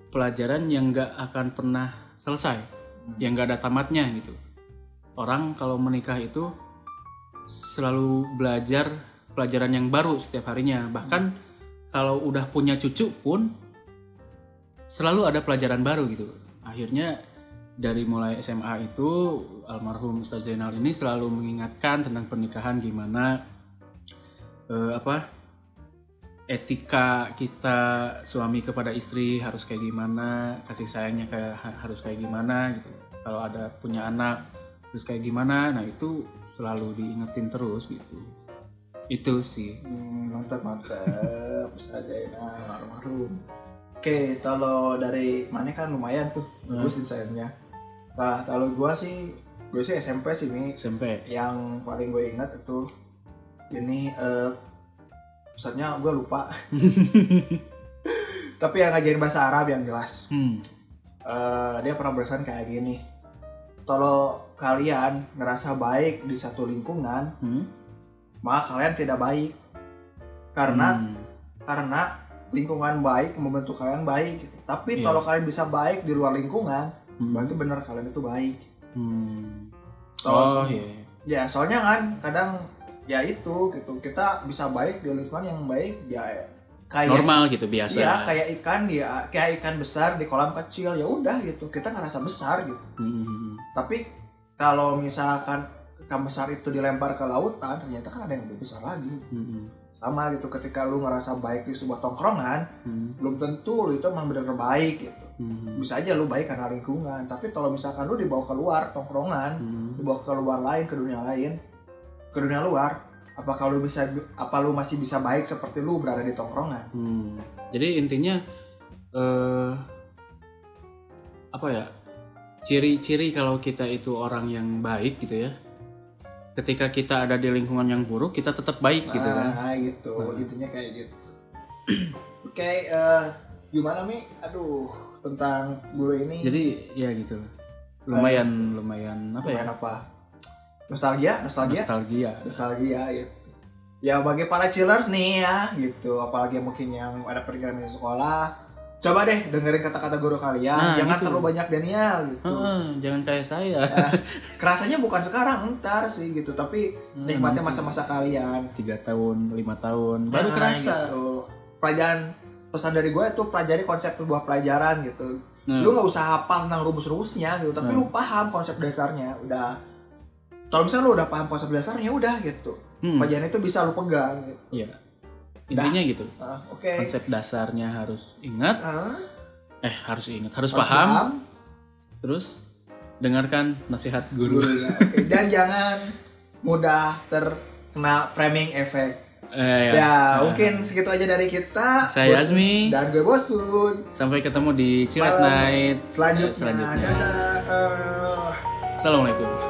pelajaran yang nggak akan pernah selesai, hmm. yang nggak ada tamatnya gitu. Orang kalau menikah itu selalu belajar pelajaran yang baru setiap harinya. Bahkan hmm. kalau udah punya cucu pun selalu ada pelajaran baru gitu. Akhirnya dari mulai S M A itu almarhum Ustaz Zainal ini selalu mengingatkan tentang pernikahan, gimana eh, apa etika kita suami kepada istri harus kayak gimana, kasih sayangnya kayak harus kayak gimana gitu. Kalau ada punya anak harus kayak gimana, nah itu selalu diingetin terus gitu. Itu sih. Hmm, mantap mantap Ustaz Zainal almarhum. Oke, kalau dari mana kan lumayan tuh bagus hmm. insight-nya. Nah, kalau gue sih, gue sih S M P sih nih. S M P. Yang paling gue ingat itu ini uh, Ustadznya gue lupa. Tapi yang ngajarin bahasa Arab yang jelas. Hmm. Uh, dia pernah berpesan kayak gini. Kalau kalian ngerasa baik di satu lingkungan, hmm. maka kalian tidak baik. Karena hmm. karena lingkungan baik membentuk kalian baik. Tapi yeah. kalau kalian bisa baik di luar lingkungan, hmm. berarti benar kalian itu baik. Hmm. Oh iya. Yeah. Ya soalnya kan kadang ya itu gitu, kita bisa baik di lingkungan yang baik ya kayak normal gitu biasa. Iya kayak ikan ya kayak ikan besar di kolam kecil, ya udah gitu kita ngerasa besar gitu. Hmm. Tapi kalau misalkan ikan besar itu dilempar ke lautan, ternyata kan ada yang lebih besar lagi. Hmm. Sama gitu, ketika lu ngerasa baik di sebuah tongkrongan, hmm. belum tentu lu itu emang benar-benar baik gitu. Hmm. Bisa aja lu baik karena lingkungan, tapi kalau misalkan lu dibawa keluar tongkrongan, hmm. dibawa keluar lain ke dunia lain, ke dunia luar, apakah lu bisa, apa lu masih bisa baik seperti lu berada di tongkrongan? Hmm. Jadi intinya uh, apa ya? Ciri-ciri kalau kita itu orang yang baik gitu ya. Ketika kita ada di lingkungan yang buruk, kita tetap baik nah, gitu kan? Nah gitu, nah. intinya kayak gitu. Oke, okay, uh, gimana Mi? Aduh, tentang guru ini. Jadi ya gitu, lumayan, uh, lumayan apa lumayan ya? apa? Nostalgia, nostalgia, nostalgia, nostalgia gitu. Ya bagi para chillers nih ya, gitu. Apalagi mungkin yang ada pikiran di sekolah. Coba deh dengerin kata-kata guru kalian, nah, jangan gitu. Terlalu banyak Daniel gitu. Uh, jangan kayak saya. Nah, kerasanya bukan sekarang, ntar sih gitu, tapi hmm, nikmatnya masa-masa kalian. Tiga tahun, lima tahun, baru nah, kerasa. Gitu. Pelajaran pesan dari gue itu pelajari konsep sebuah pelajaran gitu. Hmm. Lu nggak usah hafal tentang rumus-rumusnya gitu, tapi hmm. lu paham konsep dasarnya. Udah, kalau misalnya lu udah paham konsep dasarnya, udah gitu. Hmm. Pelajaran itu bisa lu pegang. Gitu. Iya. Intinya gitu, uh, okay. konsep dasarnya harus ingat, uh, eh harus ingat, harus, harus paham, paham, terus dengarkan nasihat guru. guru ya, okay. Dan jangan mudah terkena framing effect. Eh, ya, ya uh, mungkin segitu aja dari kita. Saya Azmi dan gue Bosun. Sampai ketemu di Chill at Night selanjutnya. selanjutnya. Dadah. Uh. Assalamualaikum.